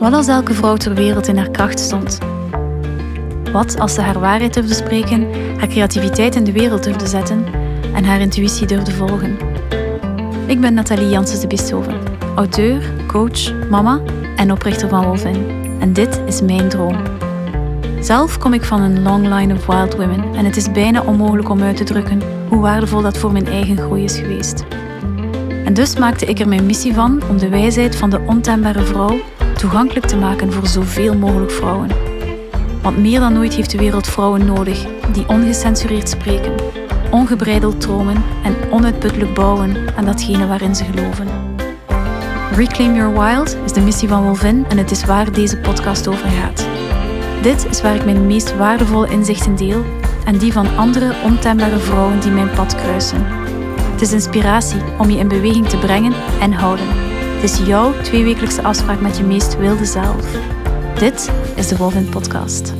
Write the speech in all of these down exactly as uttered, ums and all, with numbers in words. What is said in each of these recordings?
Wat als elke vrouw ter wereld in haar kracht stond? Wat als ze haar waarheid durfde spreken, haar creativiteit in de wereld durfde zetten en haar intuïtie durfde volgen? Ik ben Nathalie Janssens de Bisthoven, auteur, coach, mama en oprichter van Wolvin. En dit is mijn droom. Zelf kom ik van een long line of wild women en het is bijna onmogelijk om uit te drukken hoe waardevol dat voor mijn eigen groei is geweest. En dus maakte ik er mijn missie van om de wijsheid van de ontembare vrouw toegankelijk te maken voor zoveel mogelijk vrouwen. Want meer dan ooit heeft de wereld vrouwen nodig die ongecensureerd spreken, ongebreideld dromen en onuitputtelijk bouwen aan datgene waarin ze geloven. Reclaim Your Wild is de missie van Wolvin en het is waar deze podcast over gaat. Dit is waar ik mijn meest waardevolle inzichten deel en die van andere ontembare vrouwen die mijn pad kruisen. Het is inspiratie om je in beweging te brengen en houden. Het is jouw tweewekelijkse afspraak met je meest wilde zelf. Dit is de Wolvin Podcast.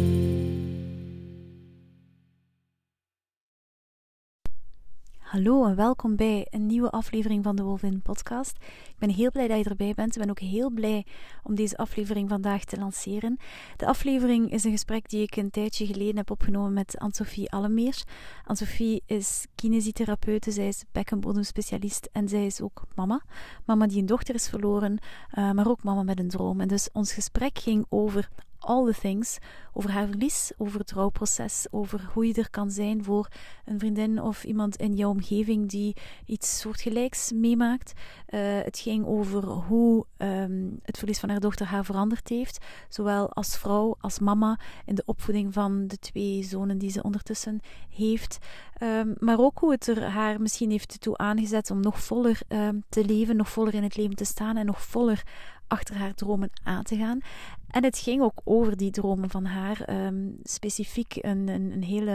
Hallo en welkom bij een nieuwe aflevering van de Wolvin Podcast. Ik ben heel blij dat je erbij bent. Ik ben ook heel blij om deze aflevering vandaag te lanceren. De aflevering is een gesprek die ik een tijdje geleden heb opgenomen met Anne-Sophie Allemeers. Anne-Sophie is kinesitherapeute, zij is bekkenbodemspecialist en zij is ook mama. Mama die een dochter is verloren, uh, maar ook mama met een droom. En dus ons gesprek ging over all the things, over haar verlies, over het rouwproces, over hoe je er kan zijn voor een vriendin of iemand in jouw omgeving die iets soortgelijks meemaakt. Uh, het ging over hoe um, het verlies van haar dochter haar veranderd heeft, zowel als vrouw als mama in de opvoeding van de twee zonen die ze ondertussen heeft, um, maar ook hoe het er haar misschien heeft toe aangezet om nog voller um, te leven, nog voller in het leven te staan en nog voller achter haar dromen aan te gaan. En het ging ook over die dromen van haar. Um, specifiek een, een, een, hele,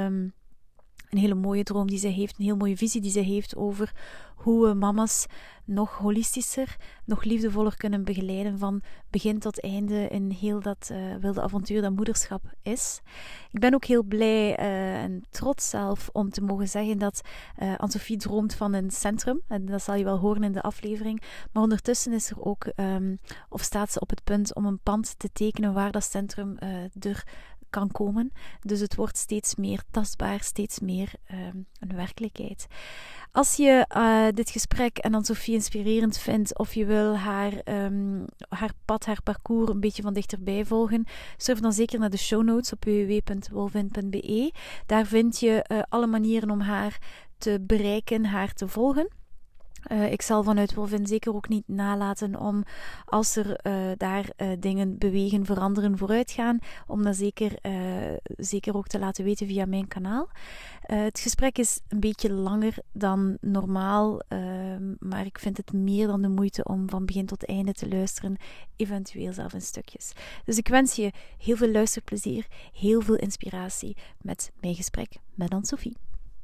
een hele mooie droom die zij heeft, een heel mooie visie die zij heeft over hoe we mama's nog holistischer, nog liefdevoller kunnen begeleiden van begin tot einde in heel dat uh, wilde avontuur dat moederschap is. Ik ben ook heel blij uh, en trots zelf om te mogen zeggen dat uh, Anne-Sophie droomt van een centrum. En dat zal je wel horen in de aflevering. Maar ondertussen is er ook, um, of staat ze op het punt om een pand te tekenen waar dat centrum uh, er kan komen. Dus het wordt steeds meer tastbaar, steeds meer um, een werkelijkheid. Als je uh, dit gesprek en Anne-Sophie inspirerend vindt of je wil haar, um, haar pad, haar parcours een beetje van dichterbij volgen, surf dan zeker naar de show notes op w w w punt wolvin punt b e. Daar vind je uh, alle manieren om haar te bereiken, haar te volgen. Uh, ik zal vanuit Wolvin zeker ook niet nalaten om, als er uh, daar uh, dingen bewegen, veranderen, vooruit gaan, om dat zeker, uh, zeker ook te laten weten via mijn kanaal. Uh, het gesprek is een beetje langer dan normaal, uh, maar ik vind het meer dan de moeite om van begin tot einde te luisteren, eventueel zelf in stukjes. Dus ik wens je heel veel luisterplezier, heel veel inspiratie met mijn gesprek met Anne-Sophie.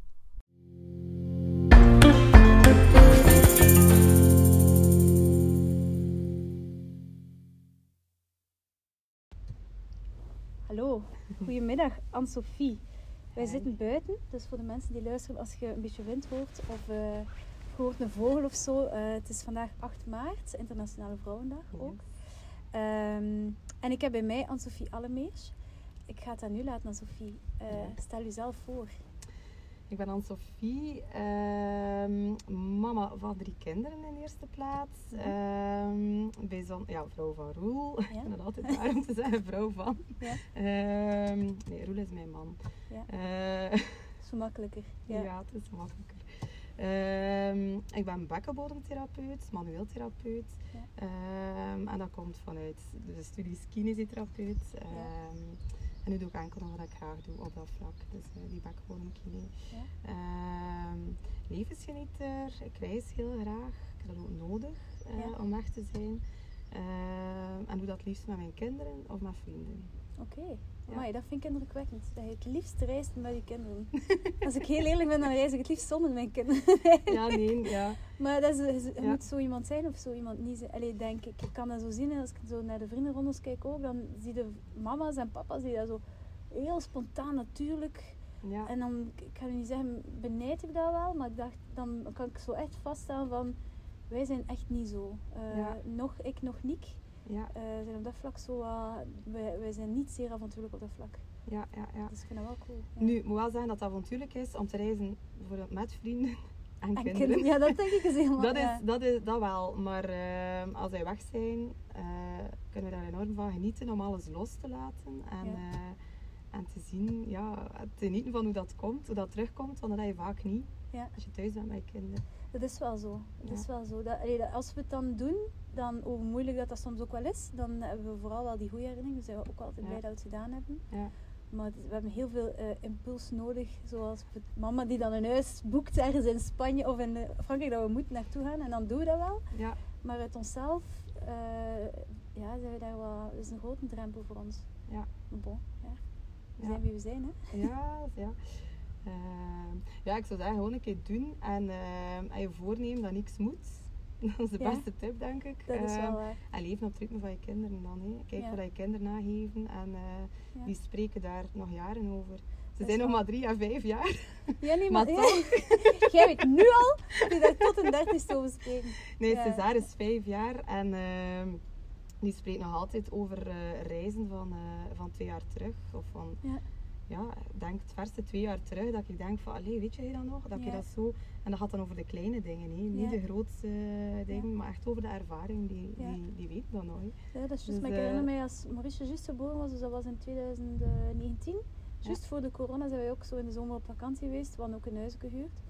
Hallo, goedemiddag Anne-Sophie. Wij Hi. Zitten buiten, dus voor de mensen die luisteren, als je een beetje wind hoort of uh, je hoort een vogel of zo. Uh, het is vandaag acht maart, Internationale Vrouwendag ook. Um, en ik heb bij mij Anne-Sophie Allemeers. Ik ga het aan u laten, Anne-Sophie. Uh, stel jezelf voor. Ik ben Anne-Sophie, uh, mama van drie kinderen in de eerste plaats. Uh, bijzon- ja, vrouw van Roel. Ja? Ik vind het altijd waar om te zeggen vrouw van. Ja? Uh, nee, Roel is mijn man. Ja. Uh, dat is makkelijker. Ja, ja, het is makkelijker. Uh, ik ben bekkenbodemtherapeut, manueel therapeut. Ja. Uh, en dat komt vanuit de studie kinesitherapeut. Uh, ja. En nu doe ik enkel nog wat ik graag doe op dat vlak. Dus uh, die bekkenbodemkine. Ja. Uh, levensgenieter. Ik reis heel graag. Ik heb dat ook nodig uh, ja. om weg te zijn. Uh, en doe dat liefst met mijn kinderen of met vrienden. Oké. Okay. Ja. Amai, dat vind ik indrukwekkend. Dat je het liefst reist met je kinderen. Als ik heel eerlijk ben, dan reis ik het liefst zonder mijn kinderen. Ja, nee, ja. Maar dat is, je ja. moet zo iemand zijn of zo iemand niet zijn. Allee, denk ik. Ik kan dat zo zien. Als ik zo naar de vriendenrondes kijk ook, dan zie je mama's en papa's die dat zo heel spontaan, natuurlijk. Ja. En dan, ik ga nu niet zeggen, benijd ik dat wel. Maar ik dacht, dan kan ik zo echt vaststellen van, wij zijn echt niet zo. Uh, ja. Nog ik, nog niet. Ja. Uh, zijn op dat vlak zo... Uh, wij, wij zijn niet zeer avontuurlijk op dat vlak. Ja, ja, ja. Dus ik vind dat wel cool. Ja. Nu, ik moet wel zeggen dat het avontuurlijk is om te reizen bijvoorbeeld met vrienden en, en kinderen. kinderen. Ja, dat denk ik is helemaal... dat, is, ja. dat is dat wel. Maar uh, als wij weg zijn, uh, kunnen we daar enorm van genieten om alles los te laten. En, ja. uh, en te zien, ja, te genieten van hoe dat komt, hoe dat terugkomt. Want dat heb je vaak niet ja. als je thuis bent met je kinderen. Dat is wel zo. Dat ja. is wel zo. Dat, allee, dat, als we het dan doen, dan, hoe moeilijk dat, dat soms ook wel is, dan hebben we vooral wel die goede herinneringen. Dus zijn we ook altijd ja. blij dat we het gedaan hebben. Ja. Maar we hebben heel veel uh, impuls nodig. Zoals mama die dan een huis boekt ergens in Spanje of in uh, Frankrijk, dat we moeten naartoe gaan. En dan doen we dat wel. Ja. Maar uit onszelf uh, ja, zijn we daar wel... Dat is een grote drempel voor ons. Ja. Maar bon, ja. We ja. zijn wie we zijn, hè. Ja, ja. Uh, ja, ik zou zeggen, gewoon een keer doen. En uh, als je voorneemt dat niks moet... Dat is de ja. beste tip, denk ik. Dat is wel uh, waar. En leven op het ritme van je kinderen dan. Hè. Kijk ja. wat je kinderen nageven. En uh, ja. die spreken daar nog jaren over. Ze dat zijn nog maar drie à vijf jaar. Ja, nee, maar, maar toch. Ja. Jij weet nu al dat je daar tot een dertigste over spreken. Nee, ja. César is vijf jaar. En uh, die spreekt nog altijd over uh, reizen van, uh, van twee jaar terug. Of van... Ja. Ja, ik denk het verste twee jaar terug dat ik denk van, allee, weet je dat nog? Dat ja. je dat zo... En dat gaat dan over de kleine dingen, hè? Niet ja. de grootste uh, dingen, ja. maar echt over de ervaring, die, ja. die, die weet dat nog. Hè? Ja, dat is juist. Dus, maar ik herinner mij als Maurice juist geboren was, dus dat was in twintig negentien. Juist ja. voor de corona zijn wij ook zo in de zomer op vakantie geweest. We hadden ook een huis gehuurd.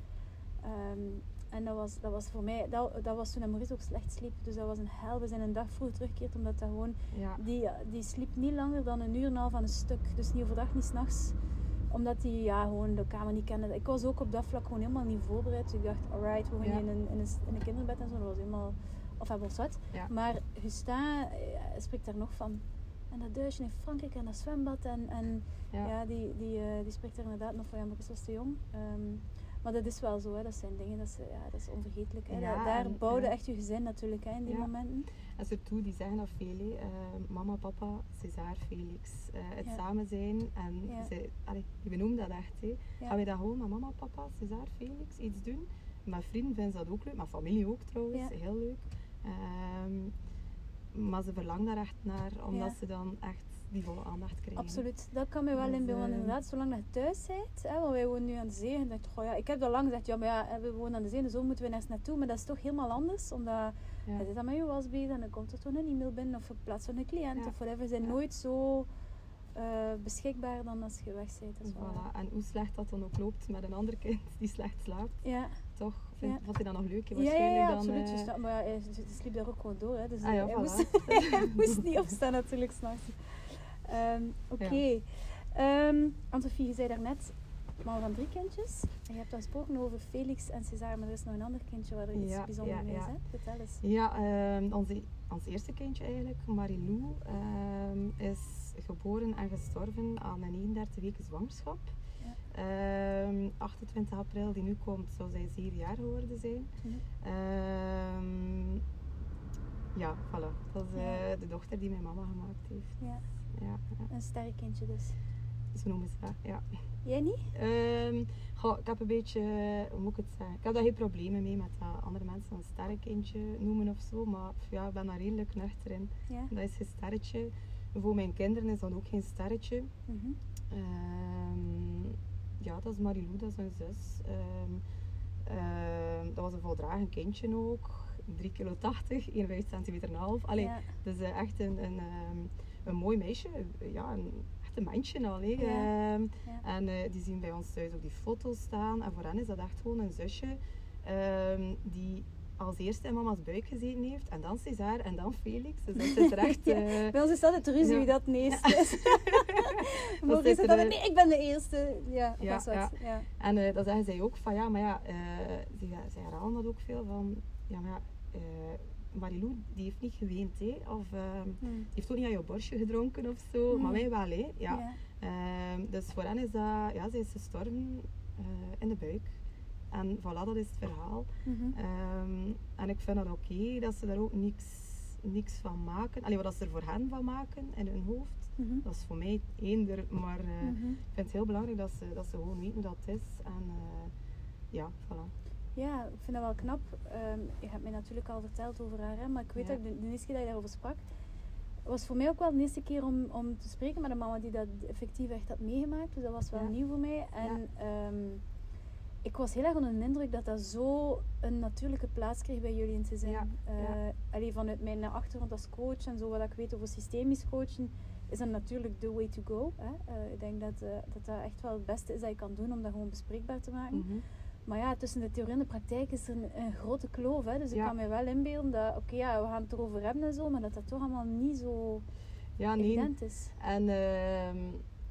Um, en dat was, dat was voor mij, dat, dat was toen Maurice ook slecht sliep. Dus dat was een hel. We zijn een dag vroeg teruggekeerd, omdat dat gewoon... Ja. Die, die sliep niet langer dan een uur en een half aan een stuk. Dus niet overdag, niet 's nachts. Omdat hij ja, gewoon de kamer niet kende. Ik was ook op dat vlak gewoon helemaal niet voorbereid. Dus ik dacht, alright, we gaan ja. in, een, in, een, in een kinderbed en zo. Dat was helemaal... Of hebben we zat. Ja. Maar Gustin ja, spreekt daar nog van. En dat duisje in Frankrijk en dat zwembad. En, en ja. ja, die, die, uh, die spreekt er inderdaad nog van. Ja, Maurice was te jong. Um, maar dat is wel zo, hè. Dat zijn dingen, dat is, ja, dat is onvergetelijk. Hè. Ja, daar en, bouwde ja. echt je gezin natuurlijk, hè, in die ja. momenten. En surtout, die zeggen dat veel, uh, mama, papa, César, Felix. Uh, het ja. samen zijn. En ja. ze, allee, die benoemen dat echt. Hè. Ja. Gaan wij dat gewoon met mama, papa, César, Felix iets doen? Met vrienden vinden ze dat ook leuk. Met familie ook trouwens, ja. heel leuk. Um, maar ze verlangen daar echt naar, omdat ja. ze dan echt die volle aandacht krijgen. Absoluut, dat kan mij wel dus, inbeelden. Want uh, inderdaad, zolang je thuis bent, hè, want wij wonen nu aan de zee. En dacht, oh ja, ik heb al lang gezegd, ja, maar ja, we wonen aan de zee, dus zo moeten we nergens naartoe. Maar dat is toch helemaal anders, omdat ja. je zit dan met je was bezig en dan komt er toch een e-mail binnen of in plaats van een cliënt ja. of whatever. Ze zijn ja. nooit zo uh, beschikbaar dan als je weg bent. Dus voilà. En hoe slecht dat dan ook loopt met een ander kind die slecht slaapt, ja. toch vind, ja. vond hij dat nog leuk? Ja, ja, ja, dan, absoluut. Uh... Dus, maar ja, hij sliep daar ook gewoon door, hè. Dus ah, ja, hij, voilà. moest, hij moest niet opstaan natuurlijk s'nachts. Um, Oké. Okay. Ja. Um, Anne-Sophie, je zei daarnet, mama van drie kindjes. En je hebt dan gesproken over Felix en César, maar er is nog een ander kindje waar er iets ja, bijzonders ja, mee is. Hè? Vertel eens. Ja, um, onze, ons eerste kindje eigenlijk, Marilou, um, is geboren en gestorven aan een eenendertig weken zwangerschap. Ja. Um, achtentwintig april die nu komt, zou zij zeven jaar geworden zijn. Mm-hmm. Um, ja, voilà. Dat is uh, ja. de dochter die mijn mama gemaakt heeft. Ja. Ja, ja. Een sterrenkindje dus. Zo noemen ze dat, ja. Jij niet? Um, goh, ik heb een beetje, hoe moet ik het zeggen? Ik heb daar geen problemen mee met dat andere mensen een sterrenkindje noemen of zo. Maar ja, ik ben daar redelijk nuchter in. Ja. Dat is geen sterretje. Voor mijn kinderen is dat ook geen sterretje. Mm-hmm. Um, ja, dat is Marilou, dat is een zus. Um, um, dat was een voldragen kindje ook. drie kilo tachtig, eenenvijftig centimeter en een half. Allee, ja. Dus uh, echt een, een, um, een mooi meisje. Ja, een, echt een mandje al. Hè. Ja. Um, ja. En uh, die zien bij ons thuis ook die foto's staan. En voor hen is dat echt gewoon een zusje um, die als eerste in mama's buik gezeten heeft. En dan César en dan Felix. Dus dat zit er echt... Uh, ja. Bij ons is dat het ruzie wie ja. dat het eerste is. Morgen is het altijd, nee, ik ben de eerste. Ja, ja, dat is ja. ja. En uh, dan zeggen zij ook van ja, maar ja, uh, ze, ze herhalen dat ook veel van... Ja, maar ja, uh, Marilou, die heeft niet geweend, hè. Of uh, hmm. die heeft ook niet aan jouw borstje gedronken of zo. Hmm. Maar wij wel, hè. Ja. Ja. Uh, dus voor hen is dat... Ja, zij is gestorven uh, in de buik. En voilà, dat is het verhaal. Mm-hmm. Um, en ik vind dat oké, okay, dat ze daar ook niks, niks van maken. Allee, wat ze er voor hen van maken in hun hoofd. Mm-hmm. Dat is voor mij eender. Maar uh, mm-hmm. ik vind het heel belangrijk dat ze, dat ze gewoon weten hoe dat is. En uh, ja, voilà. Ja, ik vind dat wel knap. Um, je hebt mij natuurlijk al verteld over haar, hè, maar ik weet ja. dat de, de eerste keer dat je daarover sprak, Het was voor mij ook wel de eerste keer om, om te spreken met een mama die dat effectief echt had meegemaakt. Dus dat was wel Ja. nieuw voor mij. En Ja. um, ik was heel erg onder de indruk dat dat zo een natuurlijke plaats kreeg bij jullie in het gezin. Ja. Uh, Ja. Allee, vanuit mijn achtergrond als coach en zo wat ik weet over systemisch coachen, is dat natuurlijk the way to go. Hè? Uh, ik denk dat, uh, dat dat echt wel het beste is dat je kan doen om dat gewoon bespreekbaar te maken. Mm-hmm. Maar ja, tussen de theorie en de praktijk is er een, een grote kloof. Hè? Dus ik Ja. kan me wel inbeelden dat, oké, okay, ja, we gaan het erover hebben en zo, maar dat dat toch allemaal niet zo ja, nee. evident is. En uh,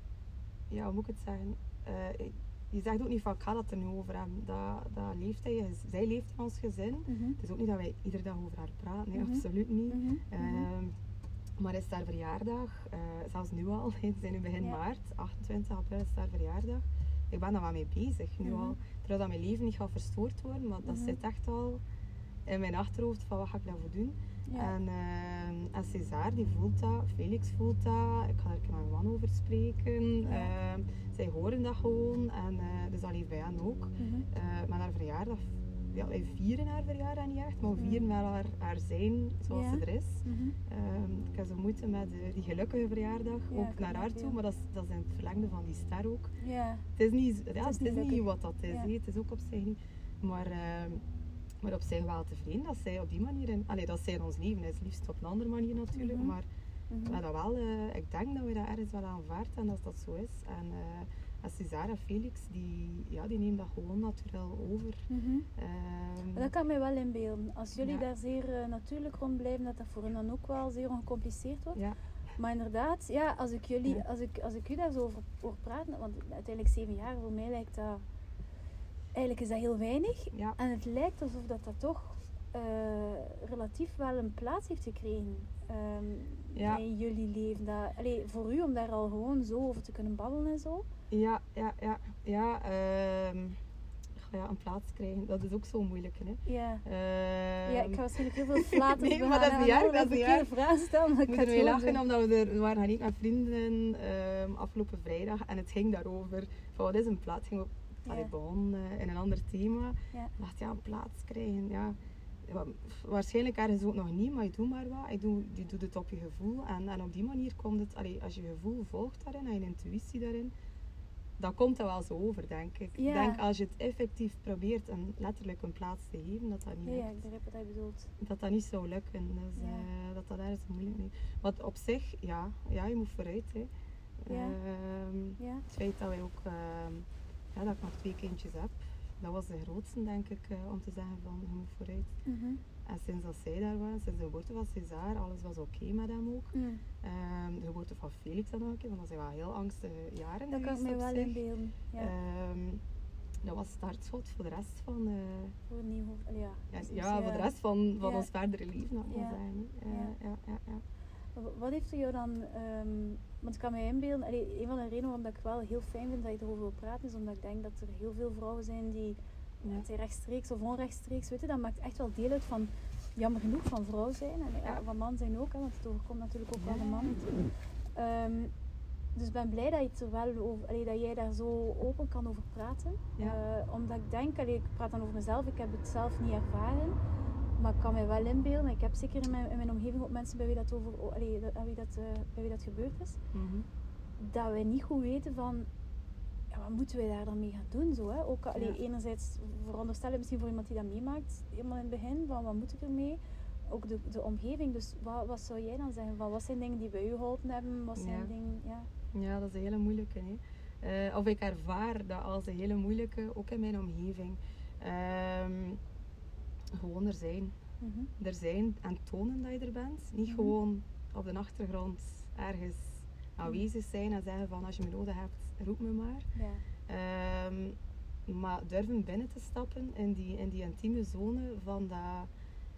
ja, hoe moet ik het zeggen? Uh, je zegt ook niet van, ik ga dat er nu over hebben. Dat, dat leeft hij, zij leeft in ons gezin. Mm-hmm. Het is ook niet dat wij iedere dag over haar praten, nee, Mm-hmm. absoluut niet. Mm-hmm. Uh, maar is haar verjaardag, uh, zelfs nu al, we zijn nu begin ja. maart, achtentwintig april is haar verjaardag. Ik ben daar wel mee bezig nu mm-hmm. al. Terwijl dat mijn leven niet gaat verstoord worden, maar dat mm-hmm. zit echt al in mijn achterhoofd van wat ga ik daarvoor doen. Ja. En, uh, en César die voelt dat, Felix voelt dat, ik ga er met mijn man over spreken. Ja. Uh, zij horen dat gewoon en uh, dus dat leeft bij hen ook. Mm-hmm. Uh, met haar verjaardag, ja, wij vieren haar verjaardag niet echt, maar we vieren wel haar, haar zijn zoals ja. ze er is. Mm-hmm. Um, ik heb zo moeite met uh, die gelukkige verjaardag, ja, ook naar haar toe, ja. maar dat is, dat is in het verlengde van die ster ook. Ja. Het is niet, ja, het is het is niet, niet wat dat is, ja. he. Het is ook op zich niet. Maar, uh, maar op zich wel tevreden dat zij op die manier, in, allee, dat zij in ons leven is, liefst op een andere manier natuurlijk, mm-hmm. maar mm-hmm. maar dat wel, uh, ik denk dat we dat ergens wel aanvaardt en dat dat zo is. En, uh, en César en Felix, die, ja, die nemen dat gewoon natuurlijk over. Mm-hmm. Um, dat kan mij wel inbeelden. Als jullie ja. daar zeer uh, natuurlijk rond blijven, dat dat voor hen dan ook wel zeer ongecompliceerd wordt. Ja. Maar inderdaad, ja, als ik jullie, ja. als ik, als ik u daar zo over, over praat, want uiteindelijk zeven jaar, voor mij lijkt dat, eigenlijk is dat heel weinig. Ja. En het lijkt alsof dat, dat toch uh, relatief wel een plaats heeft gekregen um, ja. in jullie leven. Dat, allee, voor u om daar al gewoon zo over te kunnen babbelen en zo. Ja, ja, ja. Ja, um, ja, een plaats krijgen, dat is ook zo moeilijk, hè. Ja. Um, ja, ik ga waarschijnlijk heel veel flaters nee, maar dat is niet erg, dat is niet erg. vraag stellen, maar ik moet ga ermee lachen, doen. omdat we er we waren gaan eten met vrienden um, afgelopen vrijdag en het ging daarover. Van wat is een plaats? Ging op, ja. allee, begon uh, in een ander thema. Ja. Ik dacht, ja, een plaats krijgen, ja. Waarschijnlijk ergens ook nog niet, maar je doet maar wat. Je doet, je doet het op je gevoel en, en op die manier komt het, allee, als je gevoel volgt daarin en je intuïtie daarin, dan komt dat wel zo over, denk ik. Ja. Ik denk als je het effectief probeert en letterlijk een plaats te geven, dat dat niet ja, lukt. Ja, ik begrijp wat hij bedoelt. Dat dat niet zou lukken. Dus, ja. uh, dat dat ergens moeilijk is. Maar op zich, ja, ja, je moet vooruit. Hè. Ja. Um, ja. Het feit dat wij ook, uh, ja, dat ik nog twee kindjes heb, dat was de grootste, denk ik, uh, om te zeggen van, je moet vooruit. Mm-hmm. En sinds dat zij daar waren, sinds de geboorte van César, alles was oké okay met hem ook. Mm. Um, de geboorte van Felix dan ook een keer, want dat zijn wel heel angstige jaren. Dat kan ik me wel inbeelden. Ja. Um, dat was startschot voor de rest van... Uh, voor een nieuw hoofd. Ja, ja, dus ja, ja, voor de rest van, van ja. ons verdere leven, dat ja. moet zijn. Uh, ja. Ja, ja, ja. Wat heeft er jou dan... Um, want ik kan me inbeelden... Allee, een van de redenen waarom ik wel heel fijn vind dat je erover wil praten, is omdat ik denk dat er heel veel vrouwen zijn die... Ja. Het rechtstreeks of onrechtstreeks, weet je, dat maakt echt wel deel uit van, jammer genoeg, van vrouw zijn. En ja, van man zijn ook, hè, want het overkomt natuurlijk ook ja. wel de man. Um, dus ik ben blij dat, je het er wel over, allee, dat jij daar zo open kan over praten. Ja. Uh, omdat ik denk, allee, ik praat dan over mezelf, ik heb het zelf niet ervaren. Maar ik kan mij wel inbeelden, ik heb zeker in mijn, in mijn omgeving ook mensen bij wie dat, over, allee, dat, wie dat, uh, bij wie dat gebeurd is. Mm-hmm. Dat wij niet goed weten van... Ja, wat moeten wij daar dan mee gaan doen? Zo, hè? Ook, allee, ja. Enerzijds veronderstel ik misschien voor iemand die dat meemaakt, helemaal in het begin, van wat moet ik ermee? Ook de, de omgeving, dus wat, wat zou jij dan zeggen? Van, wat zijn dingen die bij u geholpen hebben? Wat zijn ja. dingen, ja. ja, dat is een hele moeilijke. Hè? Uh, of ik ervaar dat als een hele moeilijke, ook in mijn omgeving. Um, gewoon er zijn. Mm-hmm. Er zijn en tonen dat je er bent. Niet mm-hmm. gewoon op de achtergrond ergens aanwezig zijn en zeggen van als je me nodig hebt, roep me maar. Ja. Um, maar durven binnen te stappen in die, in die intieme zone van dat,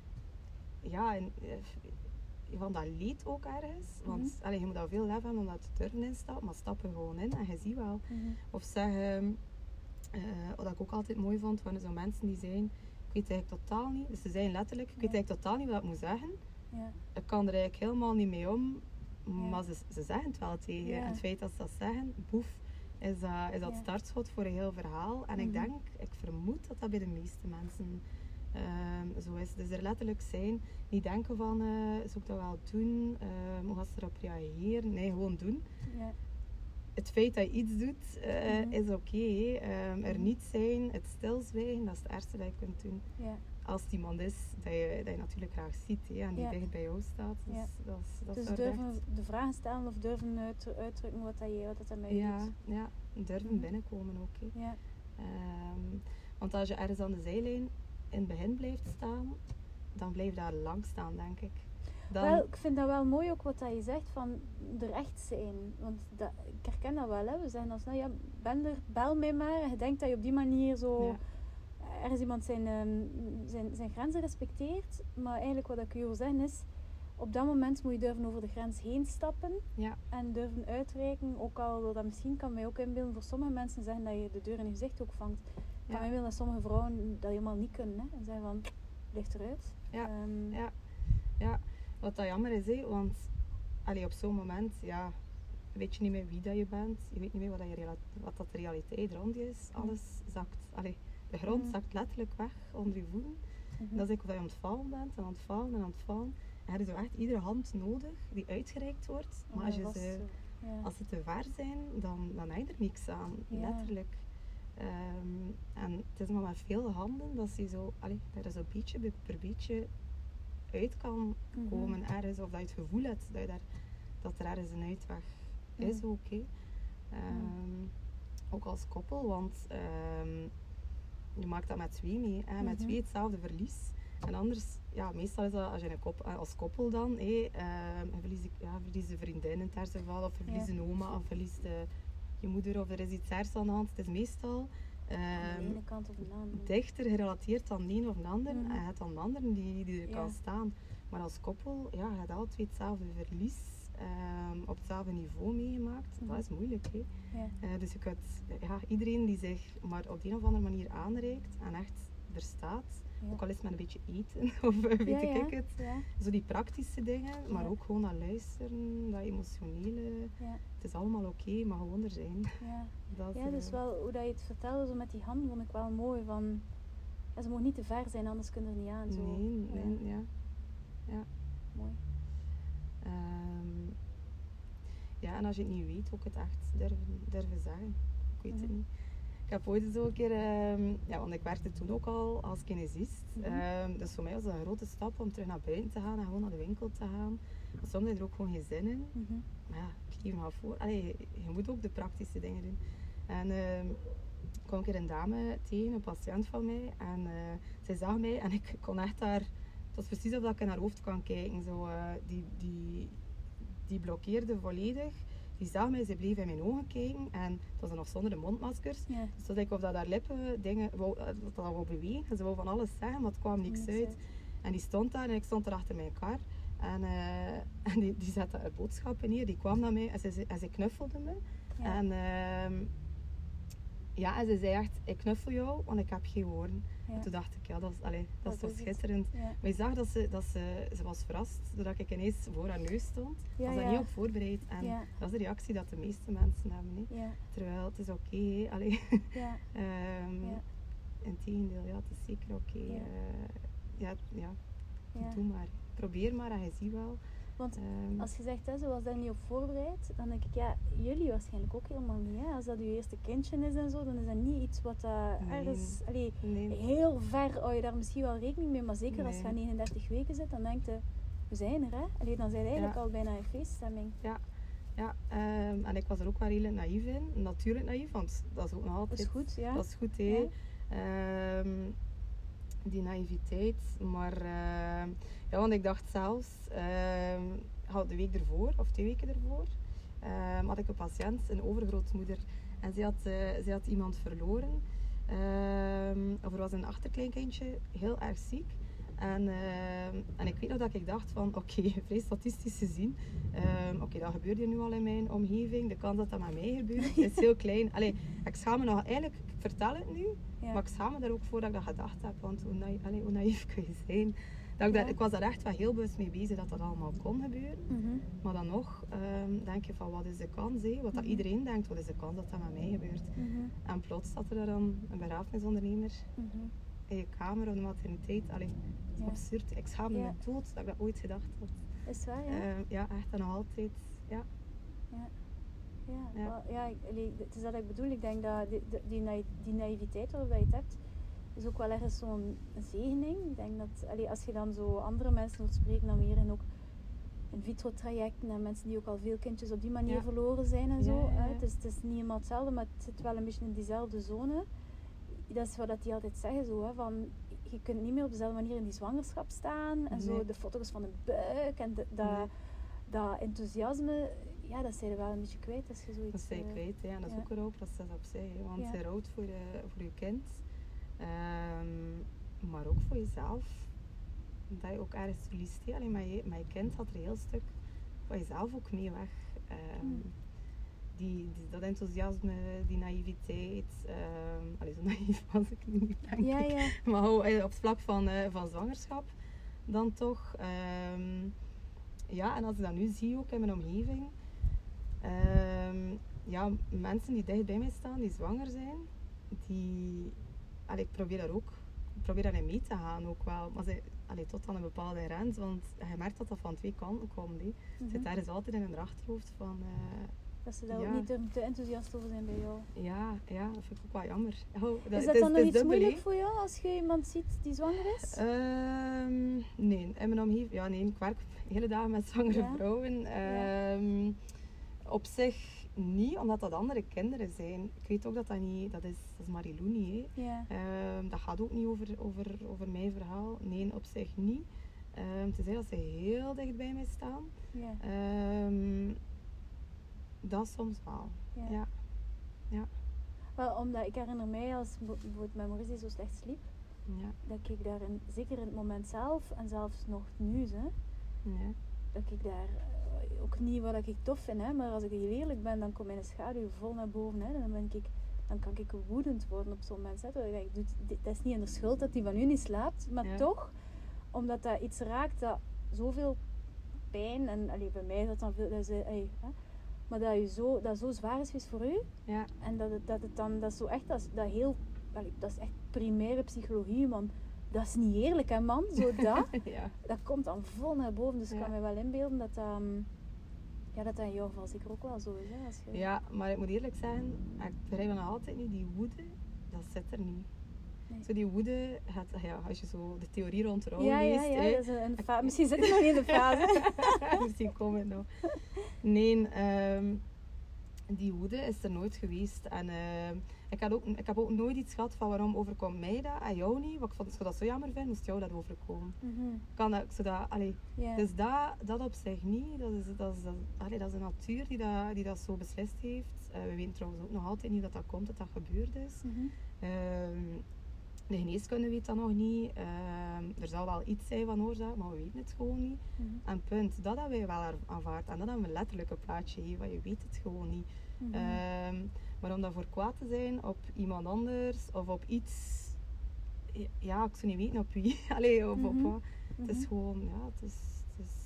ja, in, van dat leed ook ergens. Want mm-hmm. allee, je moet daar veel lef hebben om dat te durven instappen, maar stap er gewoon in en je ziet wel. Mm-hmm. Of zeggen, uh, wat ik ook altijd mooi vond, waren zo mensen die zijn, ik weet eigenlijk totaal niet, dus ze zijn letterlijk, ik ja. weet eigenlijk totaal niet wat ik moet zeggen. Ja. Ik kan er eigenlijk helemaal niet mee om. Ja. Maar ze, ze zeggen het wel tegen je. Ja. En het feit dat ze dat zeggen, boef, is dat, is dat ja. startschot voor een heel verhaal. En mm-hmm. ik denk, ik vermoed dat dat bij de meeste mensen Um, zo is. Dus er letterlijk zijn, niet denken van, uh, zou ik dat wel doen? Um, hoe gaat ze erop reageren? Nee, gewoon doen. Ja. Het feit dat je iets doet, uh, mm-hmm. is oké. Okay, um, er mm-hmm. niet zijn, het stilzwijgen, dat is het ergste dat je kunt doen. Ja. Als het iemand is dat je, dat je natuurlijk graag ziet he, en die ja. dicht bij jou staat. Dus, ja. dat is, dat dus is durven echt... de vragen stellen of durven uit, uitdrukken wat, dat je, wat dat mij ja, doet. Ja, durven mm-hmm. binnenkomen ook. He. Ja. Um, want als je ergens aan de zijlijn in het begin blijft staan, dan blijf je daar lang staan, denk ik. Dan... Wel, ik vind dat wel mooi ook wat dat je zegt van er echt zijn. Want dat, ik herken dat wel. Hè. We zeggen dan snel, ja, ben er, bel mij maar. En je denkt dat je op die manier zo... Ja. ergens iemand zijn, um, zijn, zijn grenzen respecteert. Maar eigenlijk wat ik u wil zeggen is... Op dat moment moet je durven over de grens heen stappen. Ja. En durven uitreiken. Ook al wil dat misschien, kan mij ook inbeelden voor sommige mensen zeggen dat je de deur in je gezicht ook vangt. Ik kan ja. mij inbeelden dat sommige vrouwen dat helemaal niet kunnen. Hè. En zeggen van, blijf eruit. Ja, um, ja. ja. Wat dat jammer is, hè, want allee, op zo'n moment, ja, weet je niet meer wie dat je bent. Je weet niet meer wat, dat, je reala- wat dat de realiteit rond je is. Alles zakt, allee, de grond mm. zakt letterlijk weg onder je voeten. Mm-hmm. Dat is ook of je aan het vallen bent en aan het vallen en aan het vallen. En er is zo echt iedere hand nodig die uitgereikt wordt. Maar als, je ze, ja. als ze te ver zijn, dan, dan heb je er niks aan. Ja. Letterlijk. Um, en het is maar met veel handen dat ze zo, allee, dat er zo beetje per beetje uit kan komen. Mm-hmm. Ergens, of dat je het gevoel hebt dat, je daar, dat er ergens een uitweg mm. is. Oké. Okay. Um, mm. Ook als koppel, want um, je maakt dat met twee mee. Hè? Met mm-hmm. twee hetzelfde verlies. En anders, ja, meestal is dat als je een kop, als koppel dan, hé, uh, verlies, ja, verlies de vriendin in het ergste geval, of verlies een ja. oma, of verlies de, je moeder, of er is iets ergs aan de hand. Het is meestal uh, de ene kant of de andere. dichter gerelateerd dan de een of de ander, mm-hmm. en je hebt dan de ander die, die er ja. kan staan. Maar als koppel, ja, je hebt alle twee hetzelfde verlies, um, op hetzelfde niveau meegemaakt. Mm-hmm. Dat is moeilijk, hè. Ja. Uh, dus je kunt, ja, iedereen die zich maar op de een of andere manier aanreikt en echt er staat, ja. ook al is het met een beetje eten, of weet ja, ik ja. het. Ja. Zo die praktische dingen, maar ja. ook gewoon naar luisteren, dat emotionele. Ja. Het is allemaal oké, okay, maar gewoon er zijn. Ja, dat ja dus uh, wel, hoe dat je het vertelde, zo met die handen, vond ik wel mooi. Van, ja, ze mogen niet te ver zijn, anders kunnen er niet aan. Zo. Nee, nee, ja. ja. ja. Mooi. Um, ja, en als je het niet weet, ook het echt durven, durven zeggen. Ik weet mm-hmm. het niet. Ik heb ooit zo een keer, um, ja, want ik werkte toen ook al als kinesist. Mm-hmm. Um, dus voor mij was het een grote stap om terug naar buiten te gaan en gewoon naar de winkel te gaan. Maar soms heb je er ook gewoon geen zin in. Mm-hmm. Maar ja, ik geef me voor. Allee, je moet ook de praktische dingen doen. En um, ik kwam een keer een dame tegen, een patiënt van mij. En uh, zij zag mij en ik kon echt daar... Het was precies of ik in haar hoofd kan kijken. Zo, uh, die, die, die blokkeerde volledig. Die zag mij, ze bleef in mijn ogen kijken en het was dan nog zonder de mondmaskers. Ja. Dus dat ik of dat haar lippen dingen, wou, dat dat wou bewegen. Ze wou van alles zeggen, maar het kwam niks uit. uit. En die stond daar en ik stond er achter mijn kar. En, uh, en die, die zette haar boodschappen neer, die kwam naar mij en ze, en ze knuffelde me. Ja. En, uh, ja, en ze zei echt, ik knuffel jou, want ik heb geen woorden. Ja. En toen dacht ik, ja, dat is, allee, dat is toch schitterend. Ja. Maar je zag dat, ze, dat ze, ze was verrast, doordat ik ineens voor haar neus stond. Ja, was daar ja. niet op voorbereid. En ja. dat is de reactie dat de meeste mensen hebben. Hè. Ja. Terwijl, het is oké. Okay, ja. um, ja. Integendeel, ja, het is zeker oké. Okay. Ja. Uh, ja, ja. ja, doe maar. Probeer maar en je ziet wel. Want um, als je zegt, hè, ze was daar niet op voorbereid, dan denk ik, ja, jullie waarschijnlijk ook helemaal niet. Hè? Als dat je eerste kindje is en zo, dan is dat niet iets wat uh, nee. ergens, allee, nee. heel ver hou je daar misschien wel rekening mee, maar zeker nee. als je aan eenendertig weken zit, dan denk je, we zijn er, hè? Allee, dan zijn we eigenlijk ja. al bijna in feeststemming. Ja, ja um, en ik was er ook wel heel naïef in, natuurlijk naïef, want dat is ook nog altijd... Dat is goed, ja. Dat is goed, hè. Ja. Um, die naïviteit, maar uh, ja, want ik dacht zelfs, uh, had de week ervoor, of twee weken ervoor, uh, had ik een patiënt, een overgrootmoeder, en zij had, uh, zij had iemand verloren, uh, of er was een achterkleinkindje, heel erg ziek, en, uh, en ik weet nog dat ik dacht van, oké, okay, vrij statistisch gezien, uh, oké, okay, dat gebeurt hier nu al in mijn omgeving, de kans dat dat met mij gebeurt is heel klein. Allee, ik schaam me nog, eigenlijk, ik vertel het nu, ja. maar ik schaam me daar ook voor dat ik dat gedacht heb, want hoe, naïef, allee, hoe naïef kun je zijn. Dat ik, ja. daar, ik was daar echt wel heel bewust mee bezig dat dat allemaal kon gebeuren, mm-hmm. maar dan nog um, denk je van, wat is de kans, hé? Wat mm-hmm. dat iedereen denkt, wat is de kans dat dat met mij gebeurt. Mm-hmm. En plots zat er dan een begrafenisondernemer. Mm-hmm. in je kamer of de materniteit. Allee, dat is Ja. absurd. Ik schaamde Ja. me dood dat ik dat ooit gedacht had. Is het waar, ja? Uh, ja, echt en nog altijd. Ja. Ja, ja, Ja. wel, ja ik, allee, het is dat ik bedoel. Ik denk dat die, die, die, naï- die naïviteit waarop je het hebt, is ook wel ergens zo'n zegening. Ik denk dat, allee, als je dan zo andere mensen hoort spreken, dan weer in ook in vitro trajecten en mensen die ook al veel kindjes op die manier Ja. verloren zijn en zo. Ja, ja, ja. Hè. Het, is, het is niet helemaal hetzelfde, maar het zit wel een beetje in diezelfde zone. Dat is wat dat die altijd zeggen, zo, hè, van je kunt niet meer op dezelfde manier in die zwangerschap staan en zo Nee. de foto's van de buik en de, dat, Nee. dat enthousiasme, ja, dat zijn je wel een beetje kwijt als je zoiets... Dat zij eh, kwijt, hè. En dat is ja. ook een rouwproces op zich. Hè. Want Ja. je rouwt voor, je, voor je kind. Um, maar ook voor jezelf. Dat je ook ergens verliest. Hè. Allee, met, je, met je kind had er een heel stuk van jezelf ook mee weg. Um, Mm. die, die, dat enthousiasme, die naïviteit. Um, allee, zo naïef was ik niet, denk Ja, ik. ja. Maar ho, op het vlak van, uh, van zwangerschap dan toch. Um, ja, en als ik dat nu zie ook in mijn omgeving. Um, ja, mensen die dicht bij mij staan, die zwanger zijn, die... Allee, ik probeer daar ook ik probeer daarin mee te gaan ook wel. Maar ze, allee, tot aan een bepaalde grens, want je merkt dat dat van twee kanten komt. Hè. Mm-hmm. Zit daar is altijd in hun achterhoofd van... Uh, dat ze daar ja. ook niet te, te enthousiast over zijn bij jou. Ja, ja, dat vind ik ook wel jammer. Oh, dat, is dat is, dan nog iets dubbel, moeilijk he? voor jou als je iemand ziet die zwanger is? Um, nee, in mijn omgeving... Ja, nee, ik werk hele dagen met zwangere ja. vrouwen. Um, ja. Op zich niet, omdat dat andere kinderen zijn. Ik weet ook dat dat niet... Dat is, dat is Marilou niet, hè. Ja. Um, dat gaat ook niet over, over, over mijn verhaal. Nee, op zich niet. Um, te zeggen dat ze heel dicht bij mij staan. Ja. Um, dat soms wel. Ja. Ja. Ja. Wel, omdat ik herinner mij als bijvoorbeeld mijn Maurice zo slecht sliep, Ja. dat ik daar in, zeker in het moment zelf en zelfs nog nu, hè, Ja. dat ik daar uh, ook niet wat ik tof vind, hè, maar als ik heel eerlijk ben, dan komt mijn schaduw vol naar boven, hè, en dan ben ik, dan kan ik woedend worden op zo'n moment. Hè, dat, ik, doe, dat is niet in de schuld dat hij van u niet slaapt, maar ja. toch, omdat dat iets raakt dat zoveel pijn en allee, bij mij is dat dan veel, dat is, allee, hè, maar dat je zo, dat zo zwaar is voor u. Ja. En dat het, dat het dan, dat is zo echt, dat, is, dat heel, allee, dat is echt primaire psychologie, man. Dat is niet eerlijk, hè, man. Zo dat, ja. dat komt dan vol naar boven. Dus ik ja. kan me wel inbeelden dat dat, um, ja, dat, dat in jouw geval zeker ook wel zo is, hè. Als je... Ja, maar ik moet eerlijk zeggen, ik begrijp nog altijd niet, die woede, dat zit er niet. Nee. Zo die woede, het, ja, als je zo de theorie rond rouw ja, leest... Ja, ja, hè, dat is een fa- misschien zit ik nog niet in de fase. Misschien komt het nog. Nee, um, die woede is er nooit geweest. En uh, ik, had ook, ik heb ook nooit iets gehad van waarom overkomt mij dat en jou niet. Want ik vond, ik zou dat zo jammer vinden, moest jou dat overkomen. Mm-hmm. Kan dat, zodat, allee, yeah. Dus dat, dat op zich niet. Dat is, dat is, dat, allee, dat is de natuur die dat, die dat zo beslist heeft. Uh, we weten trouwens ook nog altijd niet dat dat komt, dat dat gebeurd is. Mm-hmm. Um, de geneeskunde weet dat nog niet. Um, er zal wel iets zijn van oorzaak, maar we weten het gewoon niet. Mm-hmm. En punt, dat hebben wij wel aanvaard. En dat hebben we letterlijk een plaatje gegeven, want je weet het gewoon niet. Mm-hmm. Um, maar om daarvoor kwaad te zijn op iemand anders of op iets... Ja, ik zou niet weten op wie. Allee, of mm-hmm. op wat. Het is gewoon, ja, het is... Het is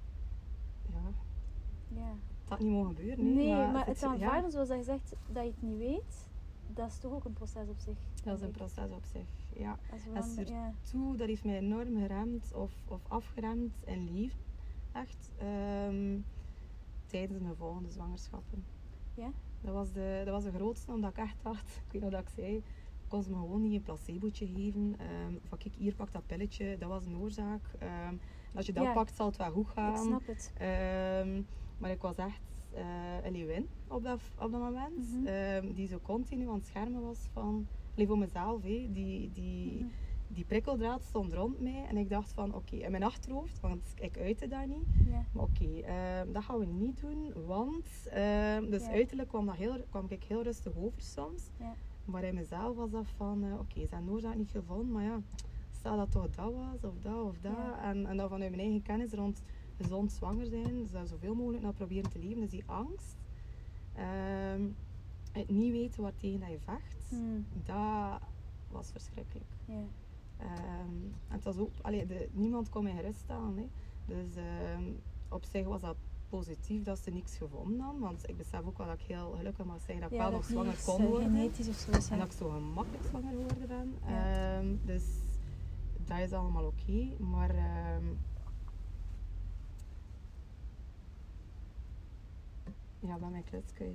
ja... Ja. Het had niet mogen gebeuren, nee. Nee, maar, maar het aanvaarden, ja. zoals je zegt, dat je het niet weet, dat is toch ook een proces op zich. Dat is een proces op zich, ja. En surtout, ja. dat heeft mij enorm geremd of, of afgeremd in leven, echt, um, tijdens mijn volgende zwangerschappen. Ja? Dat was, de, dat was de grootste, omdat ik echt dacht, ik weet nog dat ik zei, kon ze me gewoon niet een placebootje geven. Um, van kijk, hier pak dat pilletje, dat was een oorzaak. Um, als je dat ja. pakt, zal het wel goed gaan. Ik snap het. Um, maar ik was echt uh, een leeuwin op dat, op dat moment. Mm-hmm. Um, die zo continu aan het schermen was van... Alleen voor mezelf, hé. Die, die, mm-hmm. die prikkeldraad stond rond mij. En ik dacht van, oké, okay, in mijn achterhoofd, want ik uitte dat niet. Ja. Maar oké, okay, um, dat gaan we niet doen, want... Um, dus ja. uiterlijk kwam, dat heel, kwam ik heel rustig over soms. Ja. Maar in mezelf was dat van, uh, oké, okay, ze hebben oorzaak niet gevonden, maar ja, stel dat toch dat was, of dat, of dat. Ja. En, en dat vanuit mijn eigen kennis rond gezond zwanger zijn, dus daar zoveel mogelijk naar proberen te leven. Dus die angst, um, het niet weten waar tegen dat je vecht, hmm. dat was verschrikkelijk. Ja. Um, en het was ook, allee, de, niemand kon mij geruststellen, hè. Dus um, op zich was dat positief dat ze niks gevonden hadden. Want ik besef ook wel dat ik heel gelukkig mag zijn dat ik Ja, wel dat nog zwanger niets, kon uh, worden. genetisch of zo is, En hè. dat ik zo gemakkelijk zwanger geworden ben. Ja. Um, dus dat is allemaal oké. Okay. Maar um, ja, ik ben mijn kluts kwijt.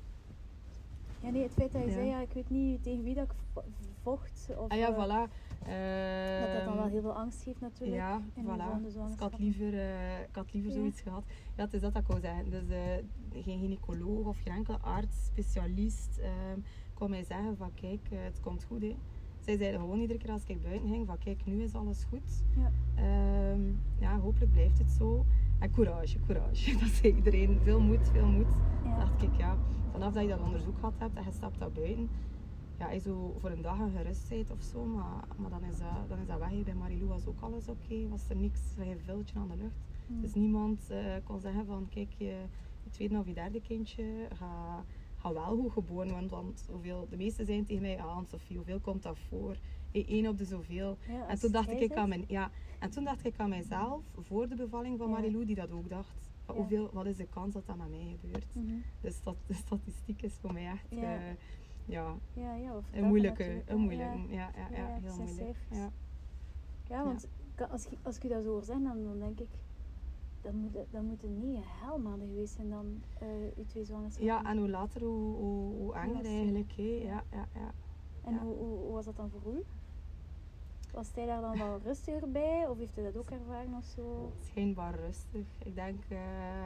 Ja, nee, het feit dat je Ja. zei, ja, ik weet niet tegen wie dat ik vo- vocht. Of, Ah ja, uh, voilà. dat dat dan wel Um, heel veel angst geeft natuurlijk. Ja, in de voilà. volgende Dus ik zwangerschap. had liever, uh, ik had liever Ja. zoiets gehad. Ja, het is dat dat ik wou zeggen. Dus uh, geen gynaecoloog of geen enkele arts, specialist um, kon mij zeggen van kijk, uh, het komt goed. Hè. Zij zeiden gewoon iedere keer als ik buiten ging van kijk, nu is alles goed. Ja. Um, ja, hopelijk blijft het zo. En courage, courage. Dat zei iedereen. Veel moed, veel moed. Ja. Dacht ik, ja, vanaf dat je dat onderzoek gehad hebt en je stapt daar buiten, ja, is zo voor een dag een gerustheid of zo, maar, maar dan, is dat, dan is dat weg. Bij Marilou was ook alles oké, okay. Was er niks, geen vuiltje aan de lucht. Mm. Dus niemand uh, kon zeggen van kijk, je, je tweede of je derde kindje gaat ga wel goed geboren worden, want hoeveel, de meeste zijn tegen mij aan, Sophie, hoeveel komt dat voor? Eén op de zoveel. Ja, en, toen dacht ik aan mijn, ja, en toen dacht ik aan mijzelf, voor de bevalling van ja. Marilou, die dat ook dacht. Van Ja. hoeveel, wat is de kans dat dat met mij gebeurt? Mm-hmm. Dus dat, de statistiek is voor mij echt... Ja. Uh, Ja, ja, ja, een moeilijke, een moeilijke, ja, ja, ja, ja, heel moeilijk. Ja. ja, want ja. Als, je, als ik dat zo hoor zeggen, dan, dan denk ik, dat moet, dat moeten niet helmaanden geweest zijn dan uh, je twee zwangerschappen. Ja, en hoe later, hoe, hoe, hoe enger eigenlijk, hè. Ja, ja, ja. En ja. Hoe, hoe, hoe was dat dan voor u? Was hij daar dan wel rustiger bij, of heeft hij dat ook ervaren of zo? Schijnbaar rustig. Ik denk, uh,